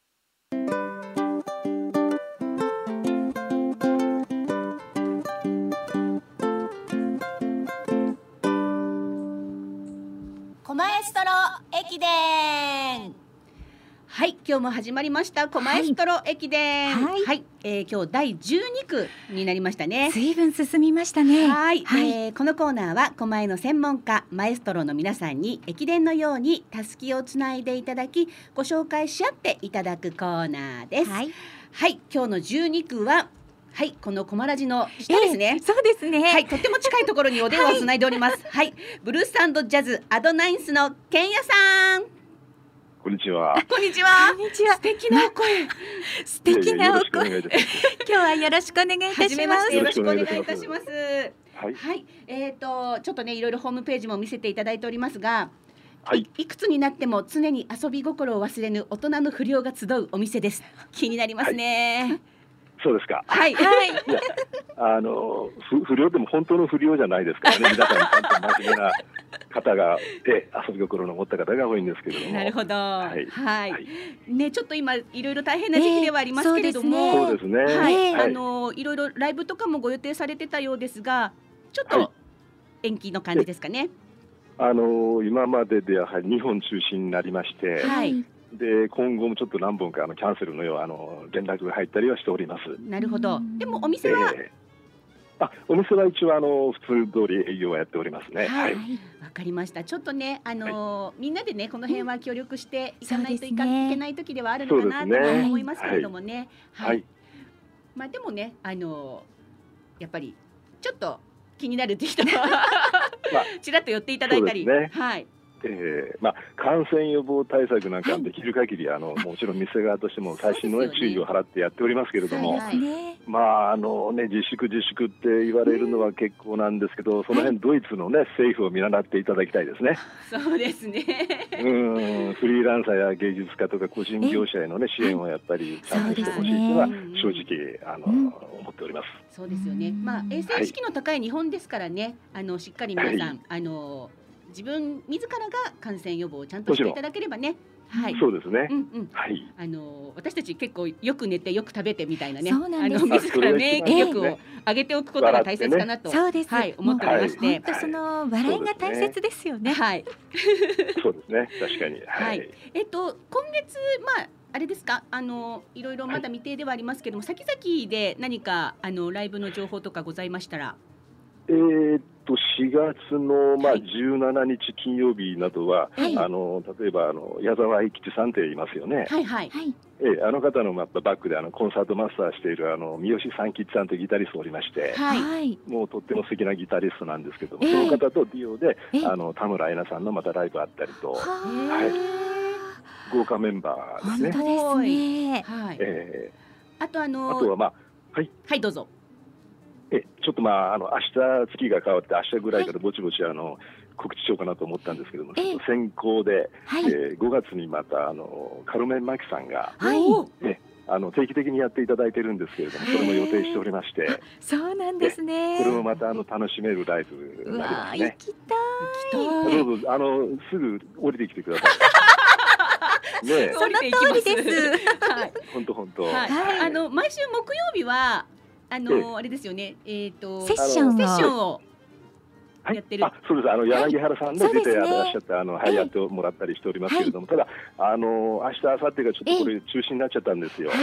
狛江ストロ駅伝。はい、今日も始まりました狛江ストロ駅伝。はい、はい、えー、今日だいじゅうにくになりましたね。 随分進みましたね。 はい、はい、えー、このコーナーは狛江の専門家マエストロの皆さんに駅伝のようにたすきをつないでいただき、ご紹介し合っていただくコーナーです。はい、はい、今日のじゅうにくははい、このコマラジの下ですね、 えー、そうですね、 はい、とっても近いところにお電話をつないでおります。はい、はい、ブルース&ジャズアドナインスのケンヤさん。 こんにちは。 こんにちは。 こんにちは。 素敵なお声。 素敵なお声。今日はよろしくお願いいたします。はじめまして、 よろしくお願いいたします。 はい。 はい、えっとちょっとね、いろいろホームページも見せていただいておりますが、 はい、 い, いくつになっても常に遊び心を忘れぬ大人の不良が集うお店です。気になりますね。はい、 そうですか。 はい。はい。 あの不良でも本当の不良じゃないですからね。皆さんちゃんと真面目な方がで遊び心の持った方が多いんですけれども。 なるほど。はい。はい。 はい、 ね、ちょっと今いろいろ大変な時期ではありますけれども、 えー、そうですね。はい。 はい、あのいろいろライブとかもご予定されてたようですが、ちょっと延期の感じですかね。 あの今まででやはりにほん中心になりまして、 はい、 で今後もちょっと何本かあのキャンセルのようあの連絡が入ったりはしております。 なるほど。でもお店は、 えー、あお店は一応あの普通通り営業はやっておりますね。 はい、わ、 はい、 かりました。ちょっとね、あのーはい、みんなでねこの辺は協力していかないといけない時ではあるのかなと思いますけれどもね。はい、はい、まあでもね、あのー、やっぱりちょっと気になるって人はちらっと寄っていただいたり、 ね、 はい。 えーまあ、感染予防対策なんかできる限り、はい、あのもちろん店側としても細心の、ね、注意を払ってやっておりますけれども、はい、まああのね、自粛自粛って言われるのは結構なんですけど、うん、その辺ドイツの、ね、政府を見習っていただきたいですね。 そうですね。 うんフリーランサーや芸術家とか個人業者への、ね、支援をやっぱりちゃんとしてほしいというのは正直あの、うん、思っております。 そうですよね。まあ、衛生意識の高い日本ですからね、はい、あのしっかり皆さん、はい、あの自分自らが感染予防をちゃんとしていただければね。はい、 そうですね。 うんうん、はい。あの私たち結構よく寝てよく食べてみたいなね。 そうなんです。 あの自ら免疫力を上げておくことが大切かなと、 そうです。 はい、思っておりまして、 本当その笑いが大切ですよね。 はい。 そうですね。確かに。 はい。えっと今月まああれですか、あのいろいろまだ未定ではありますけども、先々で何かあのライブの情報とかございましたら。 えー、っとしがつの、まあ、じゅうしちにち金曜日などは、はい、あの例えばあの矢沢永吉さんっていますよね。 はいはい、 えー、あの方のバックであのコンサートマスターしているあの三好三吉さんというギタリストおりまして、はい、もうとっても素敵なギタリストなんですけども、えー、その方とデュオで、えー、あの田村恵奈さんのまたライブあったりと、はい、豪華メンバーですね。 本当ですね。 はい、えー、あとあのー、 あとはまあはいはいどうぞ。 えちょっとまああの明日月が変わって明日ぐらいからぼちぼちあの、はい、告知しようかなと思ったんですけども、ちょっと先行で、はいえー、ごがつにまたあのカルメン・マキさんが、はいね、あの定期的にやっていただいてるんですけれども、それも予定しておりまして、 そうなんですね。 これもまたあの楽しめるライブになりますね。 行きたい。 どうぞあのすぐ降りてきてください。ね、 その通りです。 本当本当。 あの毎週木曜日はあのー、あれですよね。えっとセッションセッションをやってる。 はい、あ、そうです。あの柳原さんで出てらっしゃって、あのはいやってもらったりしておりますけれども、ただあの明日明後日がちょっとこれ中止になっちゃったんですよ。 はい、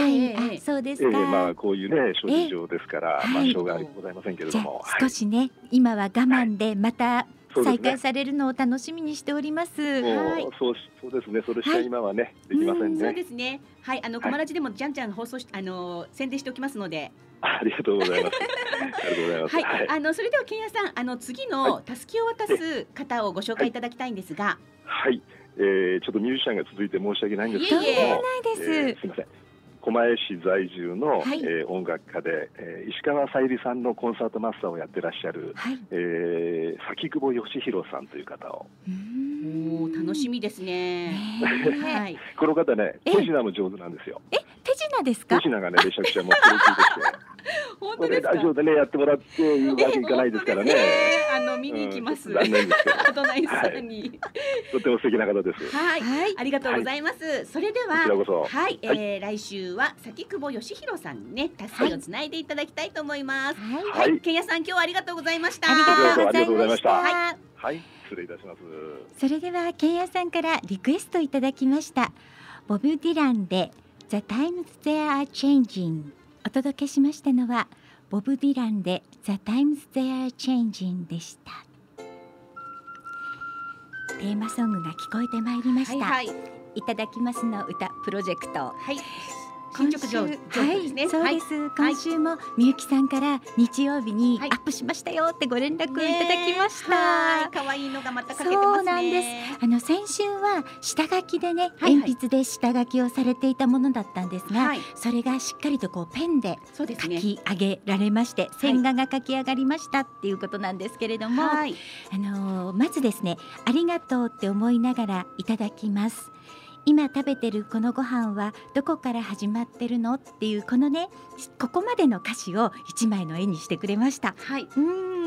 そうですか。 まあこういうね諸事情ですから、まあしょうがございませんけれども。 少しね、今は我慢でまた再開されるのを楽しみにしております。 はい、そうそうですね。それしか今はねできませんね。 そうですね。はい、あのコマラジでもじゃんじゃん放送しあの宣伝しておきますので。 ありがとうございます。ありがとうございます。 はい、あのそれではけんやさん、あの次のたすきを渡す方をご紹介いただきたいんですが、 はい、はい、えー、ちょっとミュージシャンが続いて申し訳ないんですけども、 いえいえないです、 えー、すみません。狛江市在住の、はいえー、音楽家で、えー、石川さゆりさんのコンサートマスターをやってらっしゃる、はいえー、崎久保義弘さんという方を。 お楽しみですね。 はい、この方ね、手品も上手なんですよ。 え、手品ですか？ 手品がね、めちゃくちゃもうクオリティでして。 本当ですか？ ラジオでねやってもらっていうわけいかないですからね。 あの見に行きます。 残念ですけど。 お隣さんに。 とても素敵な方です。 はい、ありがとうございます。それでは、 こちらこそはい、え来週は崎久保義弘さんにね、たすきをつないでいただきたいと思います。はい、けんやさん、今日はありがとうございました。 ありがとうございました。 はい、失礼いたします。 それではけんやさんからリクエストいただきました。ボブ・ディランで The Times They Are Changing。お届けしましたのはボブ・ディランで The Times They Are Changing でした。テーマソングが聞こえてまいりました。はいはい、いただきますの歌プロジェクト。はい。今週、はい、そうです。今週もみゆきさんから日曜日にアップしましたよってご連絡いただきました。 可愛いのがまたかけてますね。そうなんです。 あの先週は下書きでね、鉛筆で下書きをされていたものだったんですが、それがしっかりとこうペンで書き上げられまして、線画が書き上がりましたっていうことなんですけれども、あのまずですね、ありがとうって思いながらいただきます。今食べてるこのご飯はどこから始まってるのっていうこのね、ここまでの歌詞を一枚の絵にしてくれました。はい、うん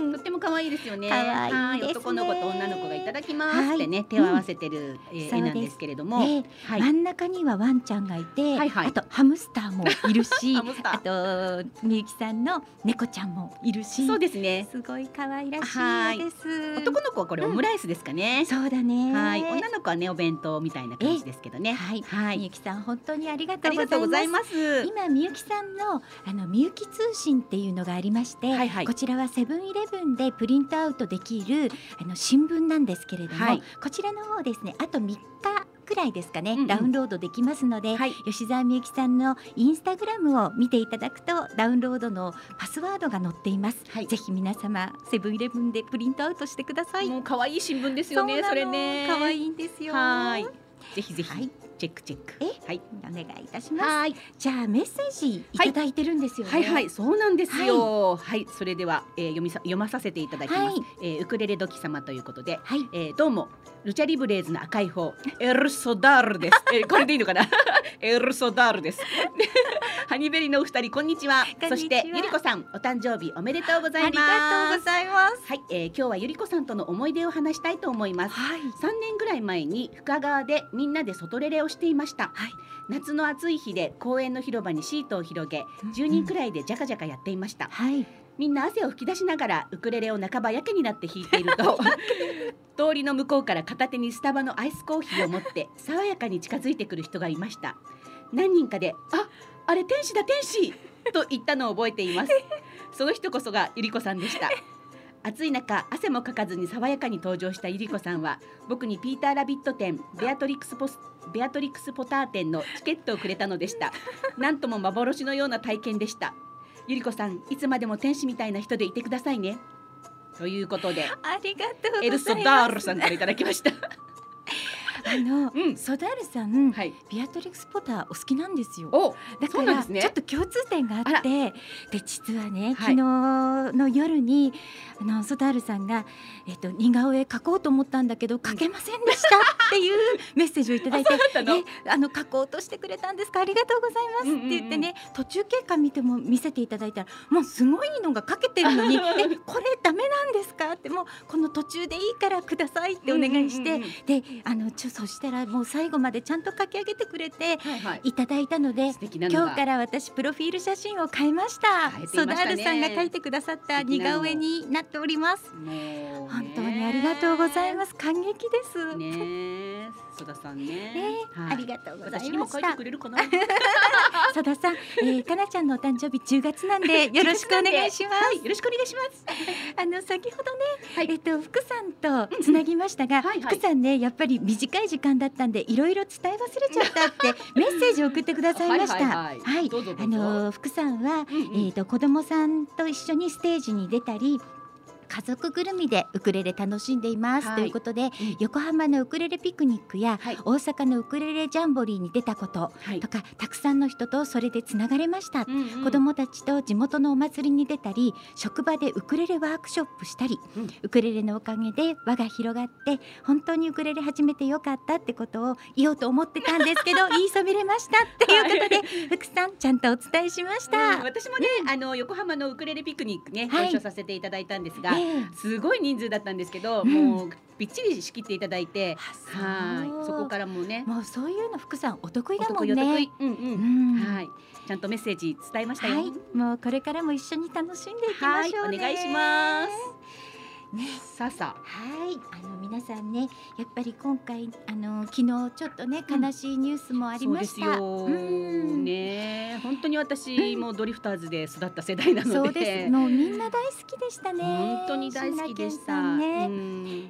とっても可愛いですよね。 可愛いですね。 男の子と女の子がいただきますってね、手を合わせてる絵なんですけれども、真ん中にはワンちゃんがいて、あとハムスターもいるし、あとみゆきさんの猫ちゃんもいるし、 そうですね。 すごい可愛らしいです。 男の子はこれオムライスですかね。 そうだね。 はい。女の子はねお弁当みたいな感じですけどね。 はい。みゆきさん本当にありがとうございます。 今みゆきさんのあのみゆき通信っていうのがありまして、こちらはセブンイレブンでプリントアウトできるあの新聞なんですけれども、こちらの方ですね、あとみっかくらいですかね、うんうん、ダウンロードできますので、はい、吉澤みゆきさんのインスタグラムを見ていただくとダウンロードのパスワードが載っています、はい、ぜひ皆様セブンイレブンでプリントアウトしてください。 もう可愛い新聞ですよね。それね可愛いんですよ。 はいぜひぜひ、はい、チェックチェック。 はい、お願いいたします。はい、じゃあメッセージいただいてるんですよね。 はい、はいはい、そうなんですよ。はい、はい、それでは、えー、読みさ読まさせていただきます。はい、えー、ウクレレ時様ということで、はい、えー、どうもルチャリブレーズの赤い方エルソダールです。えー、これでいいのかな？エルソダールです。ハニベリのお二人こんにちは。そしてゆりこさんお誕生日おめでとうございます。ありがとうございます。 はい、えー、今日はゆりこさんとの思い出を話したいと思います。はい、さんねんぐらい前に深川でみんなで外レレをしていました。はい、夏の暑い日で公園の広場にシートを広げじゅうにんくらいでジャカジャカやっていました。はい、みんな汗を吹き出しながらウクレレを半ばやけになって弾いていると通りの向こうから片手にスタバのアイスコーヒーを持って爽やかに近づいてくる人がいました。何人かであ、あれ天使だ天使と言ったのを覚えています。その人こそがゆりこさんでした。暑い中汗もかかずに爽やかに登場したゆりこさんは僕にピーターラビット展ベアトリックスポスベアトリックスポター展のチケットをくれたのでした。なんとも幻のような体験でした。ゆりこさんいつまでも天使みたいな人でいてくださいねということで、 ありがとうございます。 エルソダールさんからいただきました。 あの、うん、ソダールさん、はい、ビアトリックスポターお好きなんですよ。 おだから、ね、ちょっと共通点があってで実はね、はい、昨日の夜にあのソダールさんが、えっと、似顔絵描こうと思ったんだけど描けませんでしたっていうメッセージをいただいてえあの描こうとしてくれたんですかありがとうございますって言ってね、うんうんうん、途中経過見ても見せていただいたらもうすごいのが描けてるのにえこれダメなんですかってもうこの途中でいいからくださいってお願いして、うんうんうん、であのちょそしたらもう最後までちゃんと書き上げてくれていただいたので、はいはい、今日から私プロフィール写真を変えました。 変えていましたね。 ソダールさんが描いてくださった似顔絵になっております。本当にありがとうございます。感激ですね。ソダさんね、 ね、はい、ありがとうございました。 私にも書いてくれるかな。 ソダさん、えー、かなちゃんのお誕生日じゅうがつなんでよろしくお願いします。 はい、よろしくお願いします。 あの先ほどね、はい、えっと福さんとつなぎましたが、うんうんはいはい、福さんねやっぱり短い時間だったんでいろいろ伝え忘れちゃったってメッセージを送ってくださいました。はい、はい、あの福さんは、うんうん、えーと子供さんと一緒にステージに出たり。家族ぐるみでウクレレ楽しんでいます、はい、ということで、うん、横浜のウクレレピクニックや、はい、大阪のウクレレジャンボリーに出たこととか、はい、たくさんの人とそれでつながれました、うんうん、子どもたちと地元のお祭りに出たり職場でウクレレワークショップしたり、うん、ウクレレのおかげで輪が広がって本当にウクレレ始めてよかったってことを言おうと思ってたんですけど言いそびれましたっていうことで、はい、福さんちゃんとお伝えしました、 うん、私もね、うん、あの横浜のウクレレピクニックね、はい、ご一緒させていただいたんですが、すごい人数だったんですけど、うん、もうびっちり仕切っていただいて、はいそこからもねもうそういうの福さんお得意だもんね。お得意、 うんうんうん、はいちゃんとメッセージ伝えましたよ、はい、 もうこれからも一緒に楽しんでいきましょうね。 はい、お願いしますね、さあさあ、はい、あの皆さんね、やっぱり今回あの昨日ちょっとね悲しいニュースもありました。 そうですよ、うん、ね、本当に私もドリフターズで育った世代なので、 そうです、もうみんな大好きでしたね。 本当に大好きでした。 ね、うん、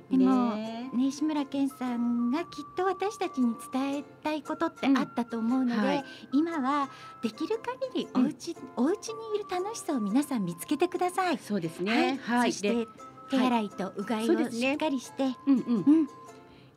でもね、志村けんさんがきっと私たちに伝えたいことってあったと思うので、うんはい、今はできる限りおうち、うん、お家にいる楽しさを皆さん見つけてください。 そうですね、はい、 そして手洗いとうがいをしっかりして、 うんうんうん、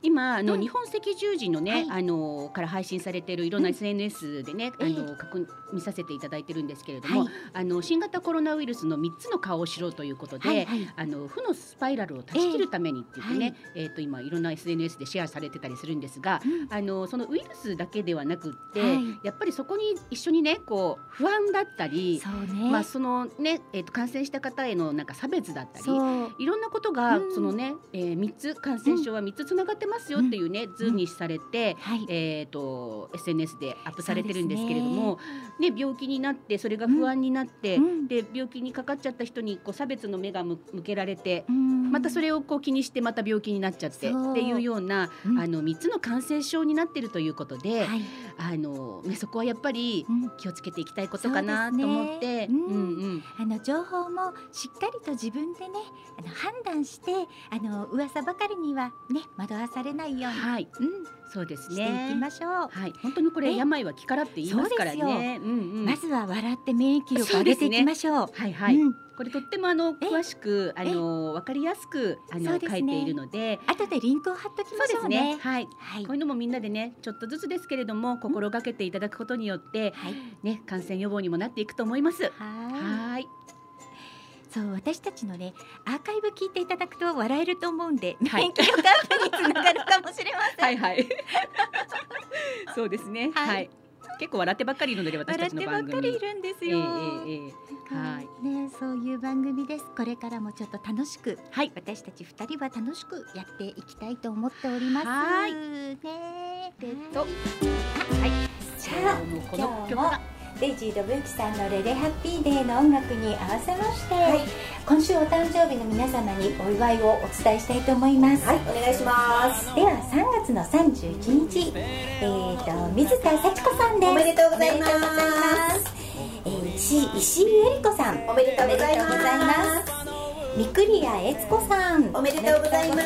今あの、うん、日本赤十字のね、はい、あのから配信されているいろんな エスエヌエス でね、うん、あの確見させていただいてるんですけれども、はい、あの新型コロナウイルスのみっつの顔を知ろうということで、はいはい、あの負のスパイラルを断ち切るためにって言ってね、えーはい、えーと今いろんな エスエヌエス でシェアされてたりするんですが、うん、あのそのウイルスだけではなくって、はい、やっぱりそこに一緒にねこう不安だったり、そうね、まあそのね、えーと感染した方へのなんか差別だったりいろんなことが、うん、そのね、えー、みっつ感染症はみっつつながってますよっていうね、うん、図にされて、うんはい、えーと エスエヌエス でアップされてるんですけれども、ね、病気になってそれが不安になって、うん、で病気にかかっちゃった人にこう差別の目が向けられて、うん、またそれをこう気にしてまた病気になっちゃってっていうような、うん、あのみっつの感染症になっているということで、はい、あのね、そこはやっぱり気をつけていきたいことかなと思って、 うんうんうん、あの情報もしっかりと自分でねあの判断してあの噂ばかりにはね惑わされないように、はいうん、 そうですね、 していきましょう、 はい、本当にこれ病は気からって言いますからね、うんうん、 まずは笑って免疫力を上げていきましょう、ね、 はいはい、うん、これとってもあの詳しくあの分かりやすくあの、ね、書いているので後でリンクを貼っときましょうね。そうですね、 はいはい、こういうのもみんなでねちょっとずつですけれども心がけていただくことによって、はいね、感染予防にもなっていくと思います。はい、 そう私たちのねアーカイブ聞いていただくと笑えると思うんで、はい、免疫力アップにつながるかもしれません。 はいはいそうですね、はい、はい、結構笑ってばっかりいるので私たちの番組笑ってばっかりいるんですよ、えーえーはいね、そういう番組です。これからもちょっと楽しく、はい、私たちふたりは楽しくやっていきたいと思っております。はいねえっと、はい、じゃあこの曲はレイジー・ドブユキさんのレレハッピーデーの音楽に合わせまして、はい、今週お誕生日の皆様にお祝いをお伝えしたいと思います。 はい、お願いします。 ではさんがつのさんじゅういちにち、えーと水田幸子さんです。 おめでとうございます。 えー、石石井恵理子さん、 おめでとうございます。 三栗谷悦子さん、 おめでとうございます。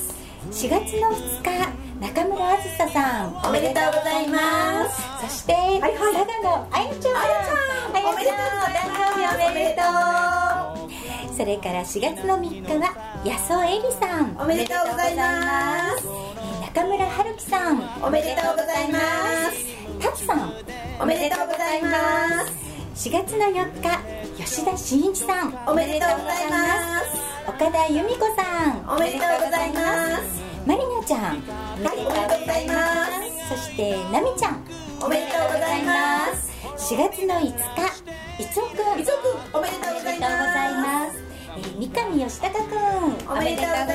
しがつのふつか中村あずささん、 おめでとうございます。 そして、はいはい、佐賀のあやちゃん、 あやちゃん、おめでとうございます。 おめでとう。それからしがつのみっかは安尾恵里さん、 おめでとうございます。 中村春樹さん、 おめでとうございます。 たつさん、 おめでとうございます。 しがつのよっか吉田真一さん、 おめでとうございます。 岡田由美子さん、 おめでとうございます。 まりなちゃん、 はい、おめでとうございます。 そしてなみちゃん、 おめでとうございます。 しがつのいつかいつおくん、 いつおくん、おめでとうございます。 えー、三上義孝くん、 おめでとうございます。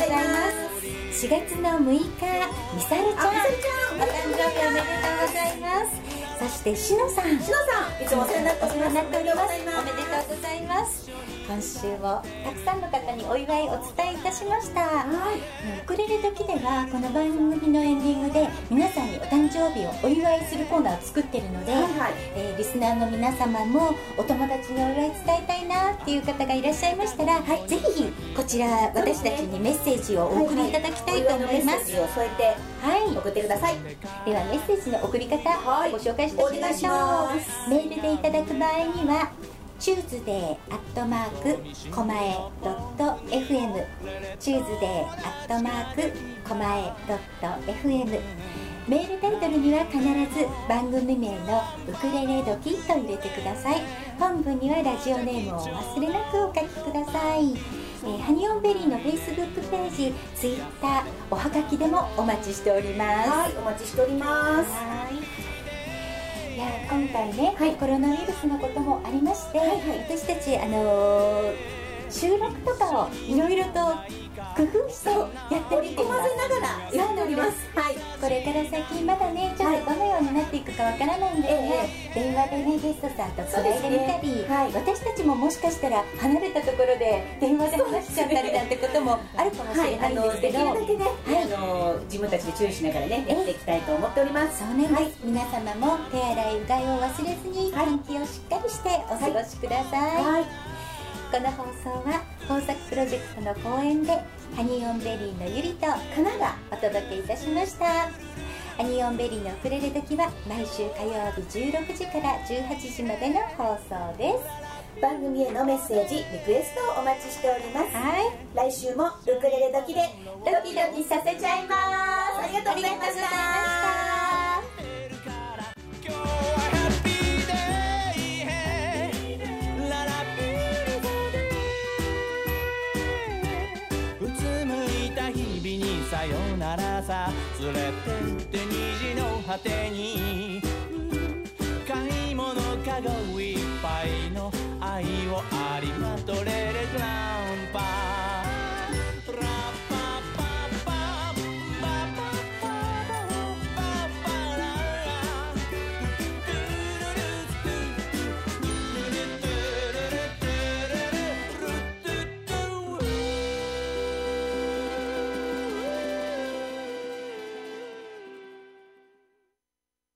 しがつのむいかみさるちゃん、お誕生日おめでとうございます。そしてしのさん、 しのさん、いつもお世話になっております。 おめでとうございます。今週もたくさんの方にお祝いお伝えいたしました。はい、ウクレレ時ではこの番組のエンディングで皆さんにお誕生日をお祝いするコーナーを作ってるので、はいはい、えー、リスナーの皆様もお友達にお祝い伝えたいなっていう方がいらっしゃいましたら、はい、ぜひこちら私たちにメッセージをお送りいただきたいと思います。 メッセージを添えて、はい、送ってください。 ではメッセージの送り方、はい、ご紹介していきましょう。メールでいただく場合にはチューズデーアットマークコマエドット エフエム チューズデーアットマークコマエドット エフエム、 メールタイトルには必ず番組名のウクレレ時と入れてください。本文にはラジオネームをお忘れなくお書きください。えー、ハニオンベリーのフェイスブックページ、ツイッター、おはがきでもお待ちしております。 はい、お待ちしております。 はい、いや今回ね、はい、コロナウイルスのこともありまして、はいはい、私たち、あのー、収録とかをいろいろと工夫してやってみています。 織り込ませながらやっております。はい、 これから先まだねちょっとどのようになっていくかわからないんですが、はい、電話でねゲストさんとつないでみたり、ね、はい、私たちももしかしたら離れたところで電話で話しちゃったりなんてこともあるかもしれないんですけど、 はい、できるだけね、はい、あの自分たちで注意しながらねやっていきたいと思っております。 そうなんです、はい、皆様も手洗いうがいを忘れずに換気をしっかりしてお過ごしください。はいはい、この放送は豊作プロジェクトの公演でハニオンベリーのゆりとかながお届けいたしました。ハニオンベリーのウクレレ時は毎週火曜日じゅうろくじからじゅうはちじまでの放送です。 番組へのメッセージリクエストをお待ちしております。はい、来週もウクレレ時でドキドキさせちゃいます。ありがとうございました。 さよならさ連れてって虹の果てに買い物かごいっぱいの愛をあ